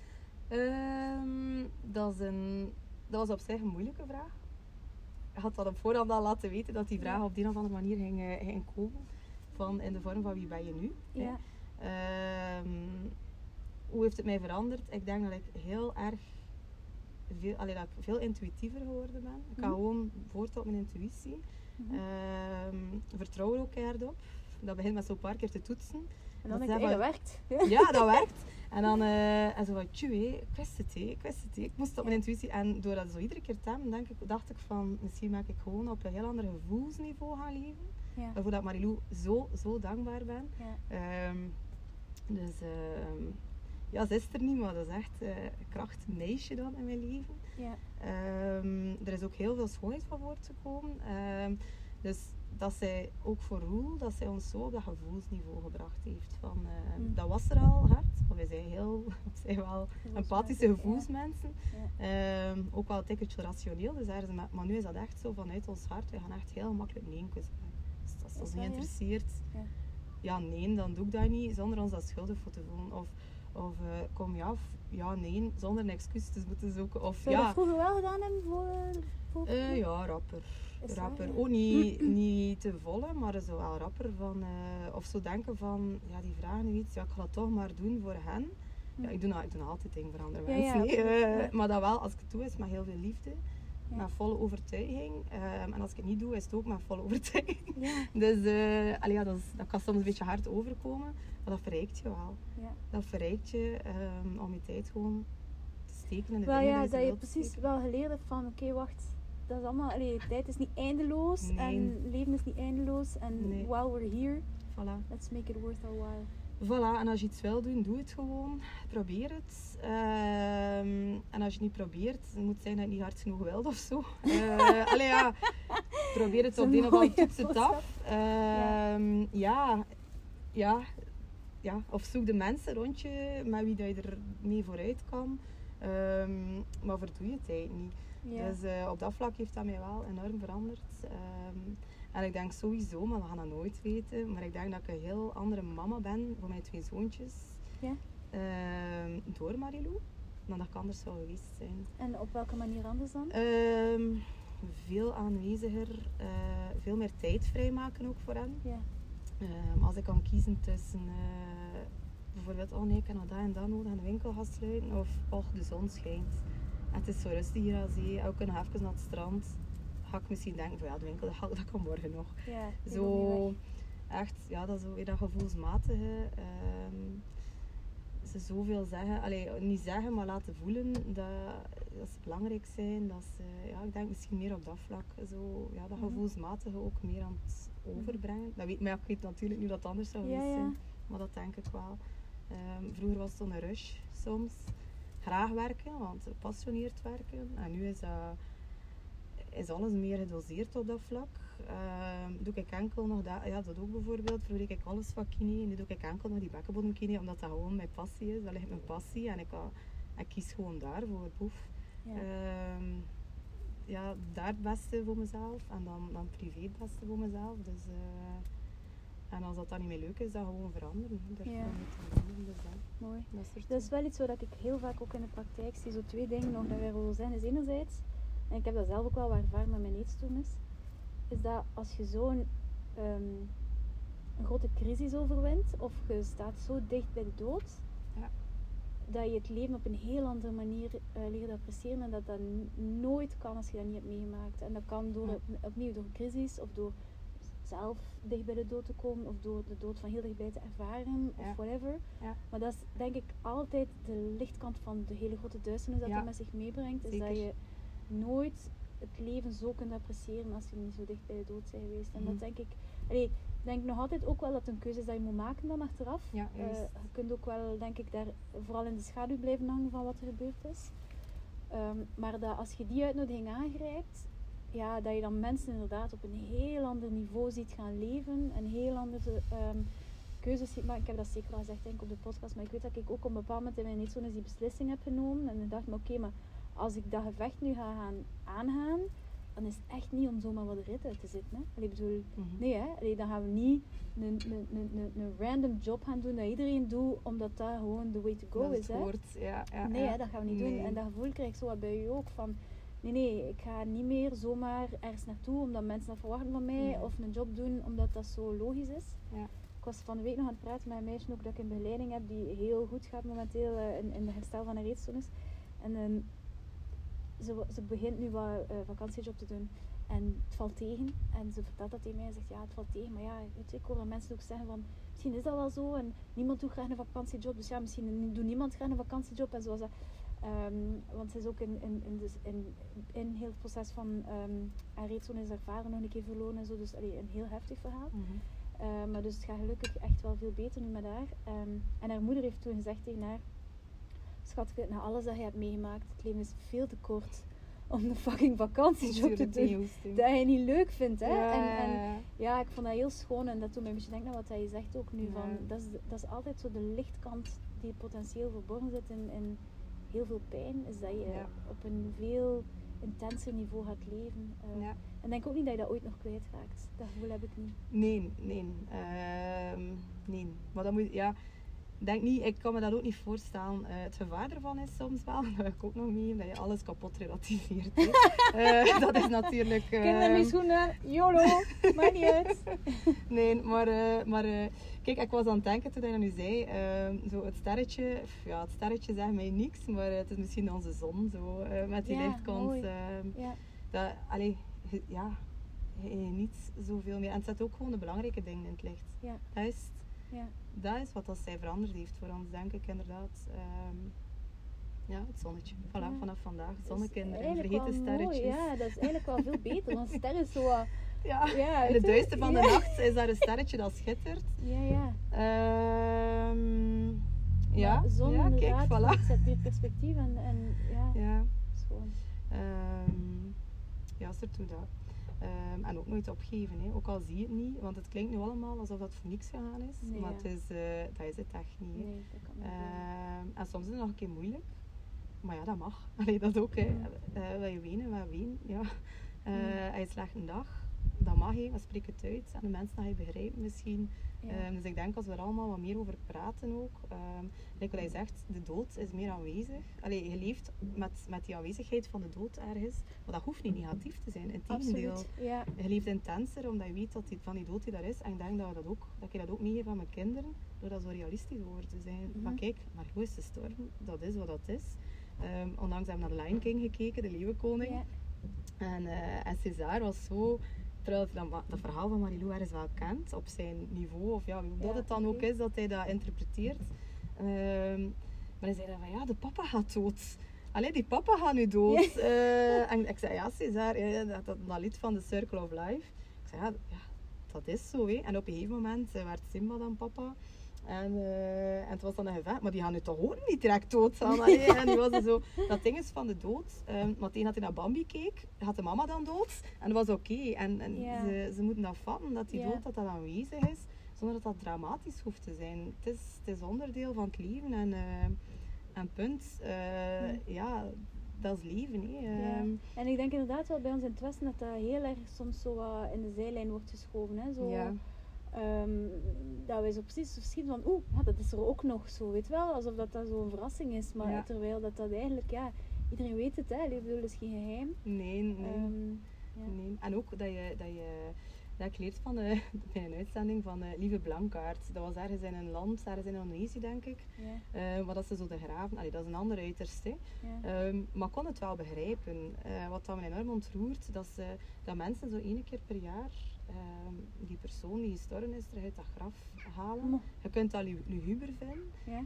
Um, dat, is een, dat was op zich een moeilijke vraag. Ik had dat op voorhand al laten weten dat die vraag op die of andere manier ging, uh, ging komen. Van in de vorm van wie ben je nu? Ja. Um, hoe heeft het mij veranderd? Ik denk dat ik heel erg veel, allee, dat ik veel intuïtiever geworden ben. Ik ga mm-hmm. gewoon voort op mijn intuïtie. Mm-hmm. Um, vertrouw er ook keihard op. Dat begint met zo'n paar keer te toetsen. En dan denk ik, hey, dat werkt. Ja, dat werkt. En dan uh, en zo van, tjoe, ik wist het, ik wist het. Ik moest op mijn intuïtie. En door dat zo iedere keer te hebben, denk ik, dacht ik van, misschien maak ik gewoon op een heel ander gevoelsniveau gaan leven. Ja. Waarvoor dat Marilou zo, zo dankbaar ben. Ja. Um, dus, uh, ja, ze is er niet, maar dat is echt uh, een krachtig meisje dan in mijn leven. Ja. Um, er is ook heel veel schoonheid van voortgekomen. Um, dus dat zij ook voor Roel, dat zij ons zo op dat gevoelsniveau gebracht heeft. Van, uh, mm. Dat was er al hard, maar wij zijn heel, zijn wel empathische gevoelsmensen. Ja. Ja. Um, ook wel een tikkeltje rationeel, dus daar is, maar nu is dat echt zo vanuit ons hart. Wij gaan echt heel gemakkelijk nee zeggen. Dus als het ons niet interesseert, ja. ja nee, dan doe ik dat niet, zonder ons dat schuldig voor te voelen. Of, of uh, kom ja, of ja nee, zonder een excuus te moeten zoeken. Of, Zou je ja, dat vroeger wel gedaan hebben voor... voor uh, ja, rapper. rapper. Ook niet, niet te volle, maar zo wel rapper van, uh, of zo denken van, ja die vragen nu iets, ja ik ga dat toch maar doen voor hen. Ja, ik doe nou, ik doe nou altijd dingen voor andere ja, mensen, ja. nee. Uh, ja. maar dat wel, als ik het doe, is het met heel veel liefde, ja. met volle overtuiging. Um, en als ik het niet doe, is het ook met volle overtuiging. Ja. Dus uh, allee, ja, dat, is, dat kan soms een beetje hard overkomen, maar dat verrijkt je wel. Ja. Dat verrijkt je um, om je tijd gewoon te steken in de wel, dingen ja, die je dat je wilt precies steken. wel geleerd hebt van, oké, okay, wacht. Dat is allemaal, allee, de tijd is niet eindeloos nee. en leven is niet eindeloos en nee. while we're here, voilà. let's make it worth our while. Voilà, en als je iets wil doen, doe het gewoon. Probeer het. Um, en als je het niet probeert, het moet zijn dat je niet hard genoeg wilt of zo. Uh, allee ja, probeer het op de een of andere toets het af. Um, ja. Ja, ja, ja, of zoek de mensen rond je met wie dat je er mee vooruit kan. Um, maar verdoe je het eigenlijk niet. Ja. Dus uh, op dat vlak heeft dat mij wel enorm veranderd. Um, En ik denk sowieso, maar we gaan dat nooit weten, maar ik denk dat ik een heel andere mama ben voor mijn twee zoontjes. Ja. Uh, door Marilou, dan dat ik anders zou geweest zijn. En op welke manier anders dan? Uh, veel aanweziger, uh, veel meer tijd vrijmaken ook voor hen. Ja. Uh, als ik kan kiezen tussen uh, bijvoorbeeld, oh nee, ik heb nog dat en dat nodig en de winkel gaan sluiten, of oh, de zon schijnt. En het is zo rustig hier aan zee, ook nog even naar het strand. Ga ik misschien denken van ja, de winkel, dat, dat kan morgen nog. Ja, zo echt, ja, dat is weer dat gevoelsmatige. Um, ze zoveel zeggen, allee, niet zeggen, maar laten voelen dat, dat ze belangrijk zijn. Dat ze, ja, ik denk misschien meer op dat vlak, zo, ja, dat gevoelsmatige ook meer aan het overbrengen. Dat weet, maar ja, ik weet natuurlijk niet dat het anders zou geweest ja, ja. zijn, maar dat denk ik wel. Um, vroeger was het een rush soms. Graag werken, want gepassioneerd werken. En nu is dat... is alles meer gedoseerd op dat vlak. Uh, doe ik enkel nog dat, ja, dat ook bijvoorbeeld. Vroeger deed ik alles van kine en nu doe ik enkel nog die bekkenbodemkine, omdat dat gewoon mijn passie is. Dat ligt mijn passie en ik, uh, ik kies gewoon daarvoor. Boef. Ja. Uh, ja, daar het beste voor mezelf en dan, dan privé het beste voor mezelf. Dus, uh, en als dat dan niet meer leuk is, dan gewoon veranderen. Dat ja. veranderen dus, uh, Mooi. Dat is, dat is wel iets wat ik heel vaak ook in de praktijk zie. Zo twee dingen nog dat wij willen zijn. Is enerzijds, en ik heb dat zelf ook wel ervaren met mijn eetstoornis, is dat als je zo'n um, een grote crisis overwint, of je staat zo dicht bij de dood, ja. dat je het leven op een heel andere manier uh, leert appreciëren en dat dat n- nooit kan als je dat niet hebt meegemaakt. En dat kan door, ja. opnieuw door een crisis, of door zelf dicht bij de dood te komen, of door de dood van heel dichtbij te ervaren, ja. of whatever. Ja. Maar dat is denk ik altijd de lichtkant van de hele grote duisternis dat ja. dat met zich meebrengt, is Zeker. Dat je nooit het leven zo kunt appreciëren als je niet zo dicht bij de dood bent geweest. En mm. dat denk ik, allee, denk nog altijd ook wel dat het een keuze is dat je moet maken dan achteraf. Ja, uh, je kunt ook wel, denk ik, daar vooral in de schaduw blijven hangen van wat er gebeurd is. Um, maar dat als je die uitnodiging aangrijpt, ja, dat je dan mensen inderdaad op een heel ander niveau ziet gaan leven en heel andere um, keuzes ziet maken. Ik heb dat zeker al gezegd denk ik op de podcast, maar ik weet dat ik ook op een bepaald moment in mijn eetstoornis die beslissing heb genomen en ik dacht me oké, okay, maar als ik dat gevecht nu ga gaan aangaan, dan is het echt niet om zomaar wat rit uit te zitten. Hè? Allee, bedoel, mm-hmm. Nee, hè? Allee, dan gaan we niet een, een, een, een, een random job gaan doen dat iedereen doet, omdat dat gewoon the way to go dat is. Hè? Hoort. Ja, ja, nee, ja. Hè, dat gaan we niet nee. doen. En dat gevoel krijg ik zo wat bij u ook van, nee, nee, ik ga niet meer zomaar ergens naartoe omdat mensen dat verwachten van mij, mm-hmm. of een job doen omdat dat zo logisch is. Ja. Ik was van de week nog aan het praten met een meisje ook dat ik een begeleiding heb die heel goed gaat momenteel uh, in, in de herstel van haar eetstoornis. En um, Ze, ze begint nu wat uh, vakantiejob te doen en het valt tegen en ze vertelt dat tegen mij en zegt ja het valt tegen, maar ja weet je, ik hoor dat mensen ook zeggen van misschien is dat wel zo en niemand doet graag een vakantiejob, dus ja misschien doet niemand graag een vakantiejob en zoals dat, um, want ze is ook in, in, in, dus in, in heel het proces van um, haar eetstoornis haar vader nog een keer verloren en zo, dus allee, een heel heftig verhaal. Mm-hmm. Uh, maar dus het gaat gelukkig echt wel veel beter nu met haar um, en haar moeder heeft toen gezegd tegen haar, schatje, na alles dat je hebt meegemaakt, het leven is veel te kort om een fucking vakantiejob te doen dat je niet leuk vindt, hè? Ja. En, en ja, ik vond dat heel schoon en dat doet mij een beetje denken naar wat je zegt ook nu, ja. van, dat is, dat is altijd zo de lichtkant die potentieel verborgen zit in, in heel veel pijn, is dat je ja. op een veel intenser niveau gaat leven. Uh, ja. En denk ook niet dat je dat ooit nog kwijtraakt. Dat gevoel heb ik niet. Nee, nee. Uh, nee. Maar dat moet, ja... Denk niet, ik kan me dat ook niet voorstellen. Uh, het gevaar ervan is soms wel, dat heb ik ook nog mee, dat je alles kapot relativeert. uh, dat is natuurlijk... Uh, Kinderen met schoenen, YOLO, maakt niet uit. Nee, maar, uh, maar uh, kijk, ik was aan het denken toen je dat nu zei. Uh, zo het sterretje, ja, het sterretje zegt mij niks, maar uh, het is misschien onze zon, zo, uh, met die ja, lichtkant. Uh, ja. Dat, allee, ja, niet zoveel meer. En het zet ook gewoon de belangrijke dingen in het licht. Ja. Dat is Ja. Dat is wat dat zij veranderd heeft voor ons, denk ik inderdaad. Um, ja, het zonnetje. Voilà, ja. Vanaf vandaag. Zonnekinderen, vergeten sterretjes. Mooi, ja, dat is eigenlijk wel veel beter. Want sterren is zo, uh, Ja. Ja, In het duister van de ja. nacht is daar een sterretje dat schittert. Ja, ja. Um, ja, Maar zon ja, inderdaad, kijk, voilà. het zet weer perspectief en, en ja, Ja, schoon. um, ja, surtout dat. Um, en ook nooit opgeven, hè. Ook al zie je het niet, want het klinkt nu allemaal alsof dat voor niks gegaan is, Nee, maar ja. het is, uh, dat is het echt niet. Hè. Nee, dat kan niet. Um, en soms is het nog een keer moeilijk, maar ja, dat mag. Allee, dat ook, hè. Uh, wil je wenen, wil je wenen, ja. Uh, Mm. Hij is slecht een dag, dat mag je, maar spreek het uit en de mensen dat je begrijpt misschien. Ja. Um, dus ik denk als we er allemaal wat meer over praten ook. Um, like wat hij zegt, de dood is meer aanwezig. Allee, je leeft met, met die aanwezigheid van de dood ergens, maar dat hoeft niet negatief te zijn. Integendeel, Absoluut, ja. je leeft intenser omdat je weet dat die, van die dood die daar is. En ik denk dat, we dat, ook, dat ik dat ook meegeef aan mijn kinderen, door dat zo realistisch over te zijn. Mm-hmm. Maar kijk, maar hoe is gestorven? Dat is wat dat is. Um, onlangs hebben we naar de Lion King gekeken, de Leeuwenkoning. Ja. En, uh, en César was zo, terwijl hij dat, dat verhaal van Marilou ergens wel kent, op zijn niveau, of ja, hoe Ja, dat het dan okay. ook is dat hij dat interpreteert. Um, maar hij zei dan van, ja, de papa gaat dood. Allee, die papa gaat nu dood. Ja. Uh, en ik zei, ja, César, ja, dat, dat, dat lied van The Circle of Life. Ik zei, ja, ja dat is zo, hè. En op een gegeven moment uh, werd Simba dan papa. En, uh, en het was dan een gevecht, maar die gaan nu toch ook niet direct doodgaan. En die was er zo, dat ding is van de dood. Um, maar tegen dat hij naar Bambi keek, had de mama dan dood. En dat was oké. Okay. En, en ja. ze, ze moeten dat vatten, dat die ja. dood dat dat aanwezig is. Zonder dat dat dramatisch hoeft te zijn. Het is, het is onderdeel van het leven. En, uh, en punt. Uh, hm. Ja, dat is leven. Hè. Ja. Um, en ik denk inderdaad wel bij ons in het Westen dat dat heel erg soms zo uh, in de zijlijn wordt geschoven. Hè? Zo, ja. Um, dat wij zo precies verschieten van, oeh, ja, dat is er ook nog zo, weet wel, alsof dat, dat zo'n verrassing is, maar ja. terwijl dat dat eigenlijk, ja, iedereen weet het, hè, ik bedoel, dat is geen geheim. Nee, nee. Um, ja. nee. En ook dat je, dat je, dat ik leerde van uh, bij een uitzending van uh, Lieve Blankaart, dat was ergens in een land, ergens in Indonesië denk ik, ja. uh, maar dat ze zo de graven, allee, dat is een ander uiterste, ja. um, maar ik kon het wel begrijpen. Uh, wat dat me enorm ontroert, dat, ze, dat mensen zo één keer per jaar Um, die persoon die gestorven is, terug uit dat graf halen. Oh. Je kunt dat luguber vinden. Ja.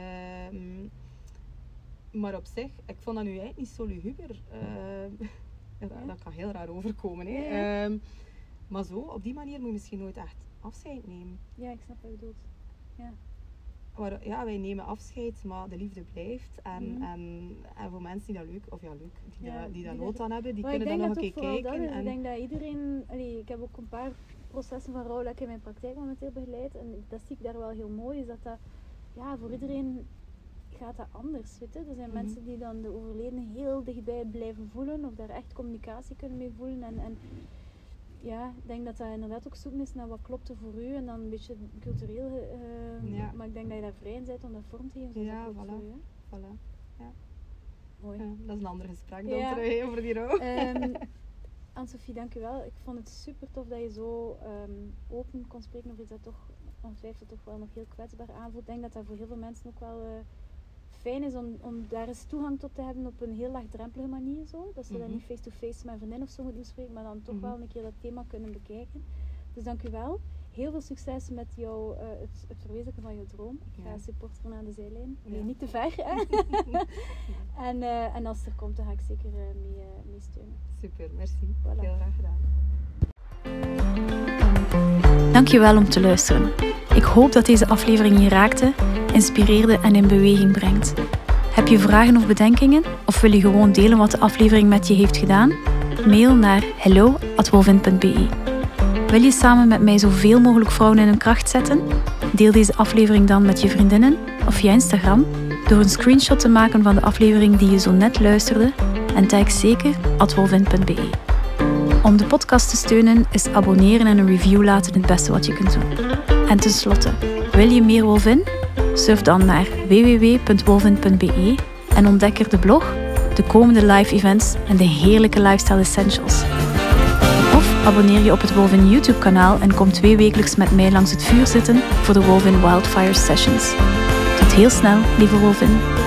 Um, maar op zich, ik vond dat nu eigenlijk niet zo luguber. Uh, ja. dat, dat kan heel raar overkomen. Hè. Ja. Um, maar zo, op die manier moet je misschien nooit echt afscheid nemen. Ja, ik snap wat je bedoelt. Ja. Maar, ja, wij nemen afscheid, maar de liefde blijft. En, mm-hmm. en, en voor mensen die dat leuk, of ja leuk, die, ja, dat, die daar die nood aan hebben, die maar kunnen dan nog een keer kijken. Dat en ik denk dat iedereen, allee, ik heb ook een paar processen van rouw dat ik in mijn praktijk momenteel begeleid. En dat zie ik daar wel heel mooi, is dat dat, ja, voor iedereen gaat dat anders, weet je. Er zijn mm-hmm. mensen die dan de overledene heel dichtbij blijven voelen, of daar echt communicatie kunnen mee voelen. En, en ja, ik denk dat dat inderdaad ook zoeken is naar wat klopt er voor u en dan een beetje cultureel, uh, ja. maar ik denk dat je daar vrij in bent om dat vorm te geven zoals ja, dat klopt voilà. voor u. Voilà. Ja. Mooi. Ja, dat is een ander gesprek dan ja. terug over die rouw. Um, Anne-Sophie, dank u wel. Ik vond het super tof dat je zo um, open kon spreken over iets dat toch ongetwijfeld toch wel nog heel kwetsbaar aanvoelt. Ik denk dat dat voor heel veel mensen ook wel uh, fijn is om, om daar eens toegang tot te hebben op een heel laagdrempelige manier. Zo. Dat ze mm-hmm. dan niet face-to-face met mijn vriendin of zo moeten bespreken, maar dan toch mm-hmm. wel een keer dat thema kunnen bekijken. Dus dank u wel. Heel veel succes met jou, uh, het, het verwezenlijken van je droom. Ik ga ja. supporteren aan de zijlijn. Nee, ja. niet te ver. Hè? en, uh, en als het er komt, dan ga ik zeker uh, mee, uh, mee steunen. Super, merci. Voilà. Heel graag gedaan. Dankjewel om te luisteren. Ik hoop dat deze aflevering je raakte, inspireerde en in beweging brengt. Heb je vragen of bedenkingen? Of wil je gewoon delen wat de aflevering met je heeft gedaan? Mail naar hello at wolvin punt b e. Wil je samen met mij zoveel mogelijk vrouwen in hun kracht zetten? Deel deze aflevering dan met je vriendinnen of via Instagram door een screenshot te maken van de aflevering die je zo net luisterde en tag zeker at wolvin punt b e. Om de podcast te steunen is abonneren en een review laten het beste wat je kunt doen. En tenslotte, wil je meer Wolvin? Surf dan naar w w w punt wolvin punt b e en ontdek er de blog, de komende live events en de heerlijke lifestyle essentials. Of abonneer je op het Wolvin YouTube kanaal en kom twee wekelijks met mij langs het vuur zitten voor de Wolvin Wildfire Sessions. Tot heel snel, lieve Wolvin.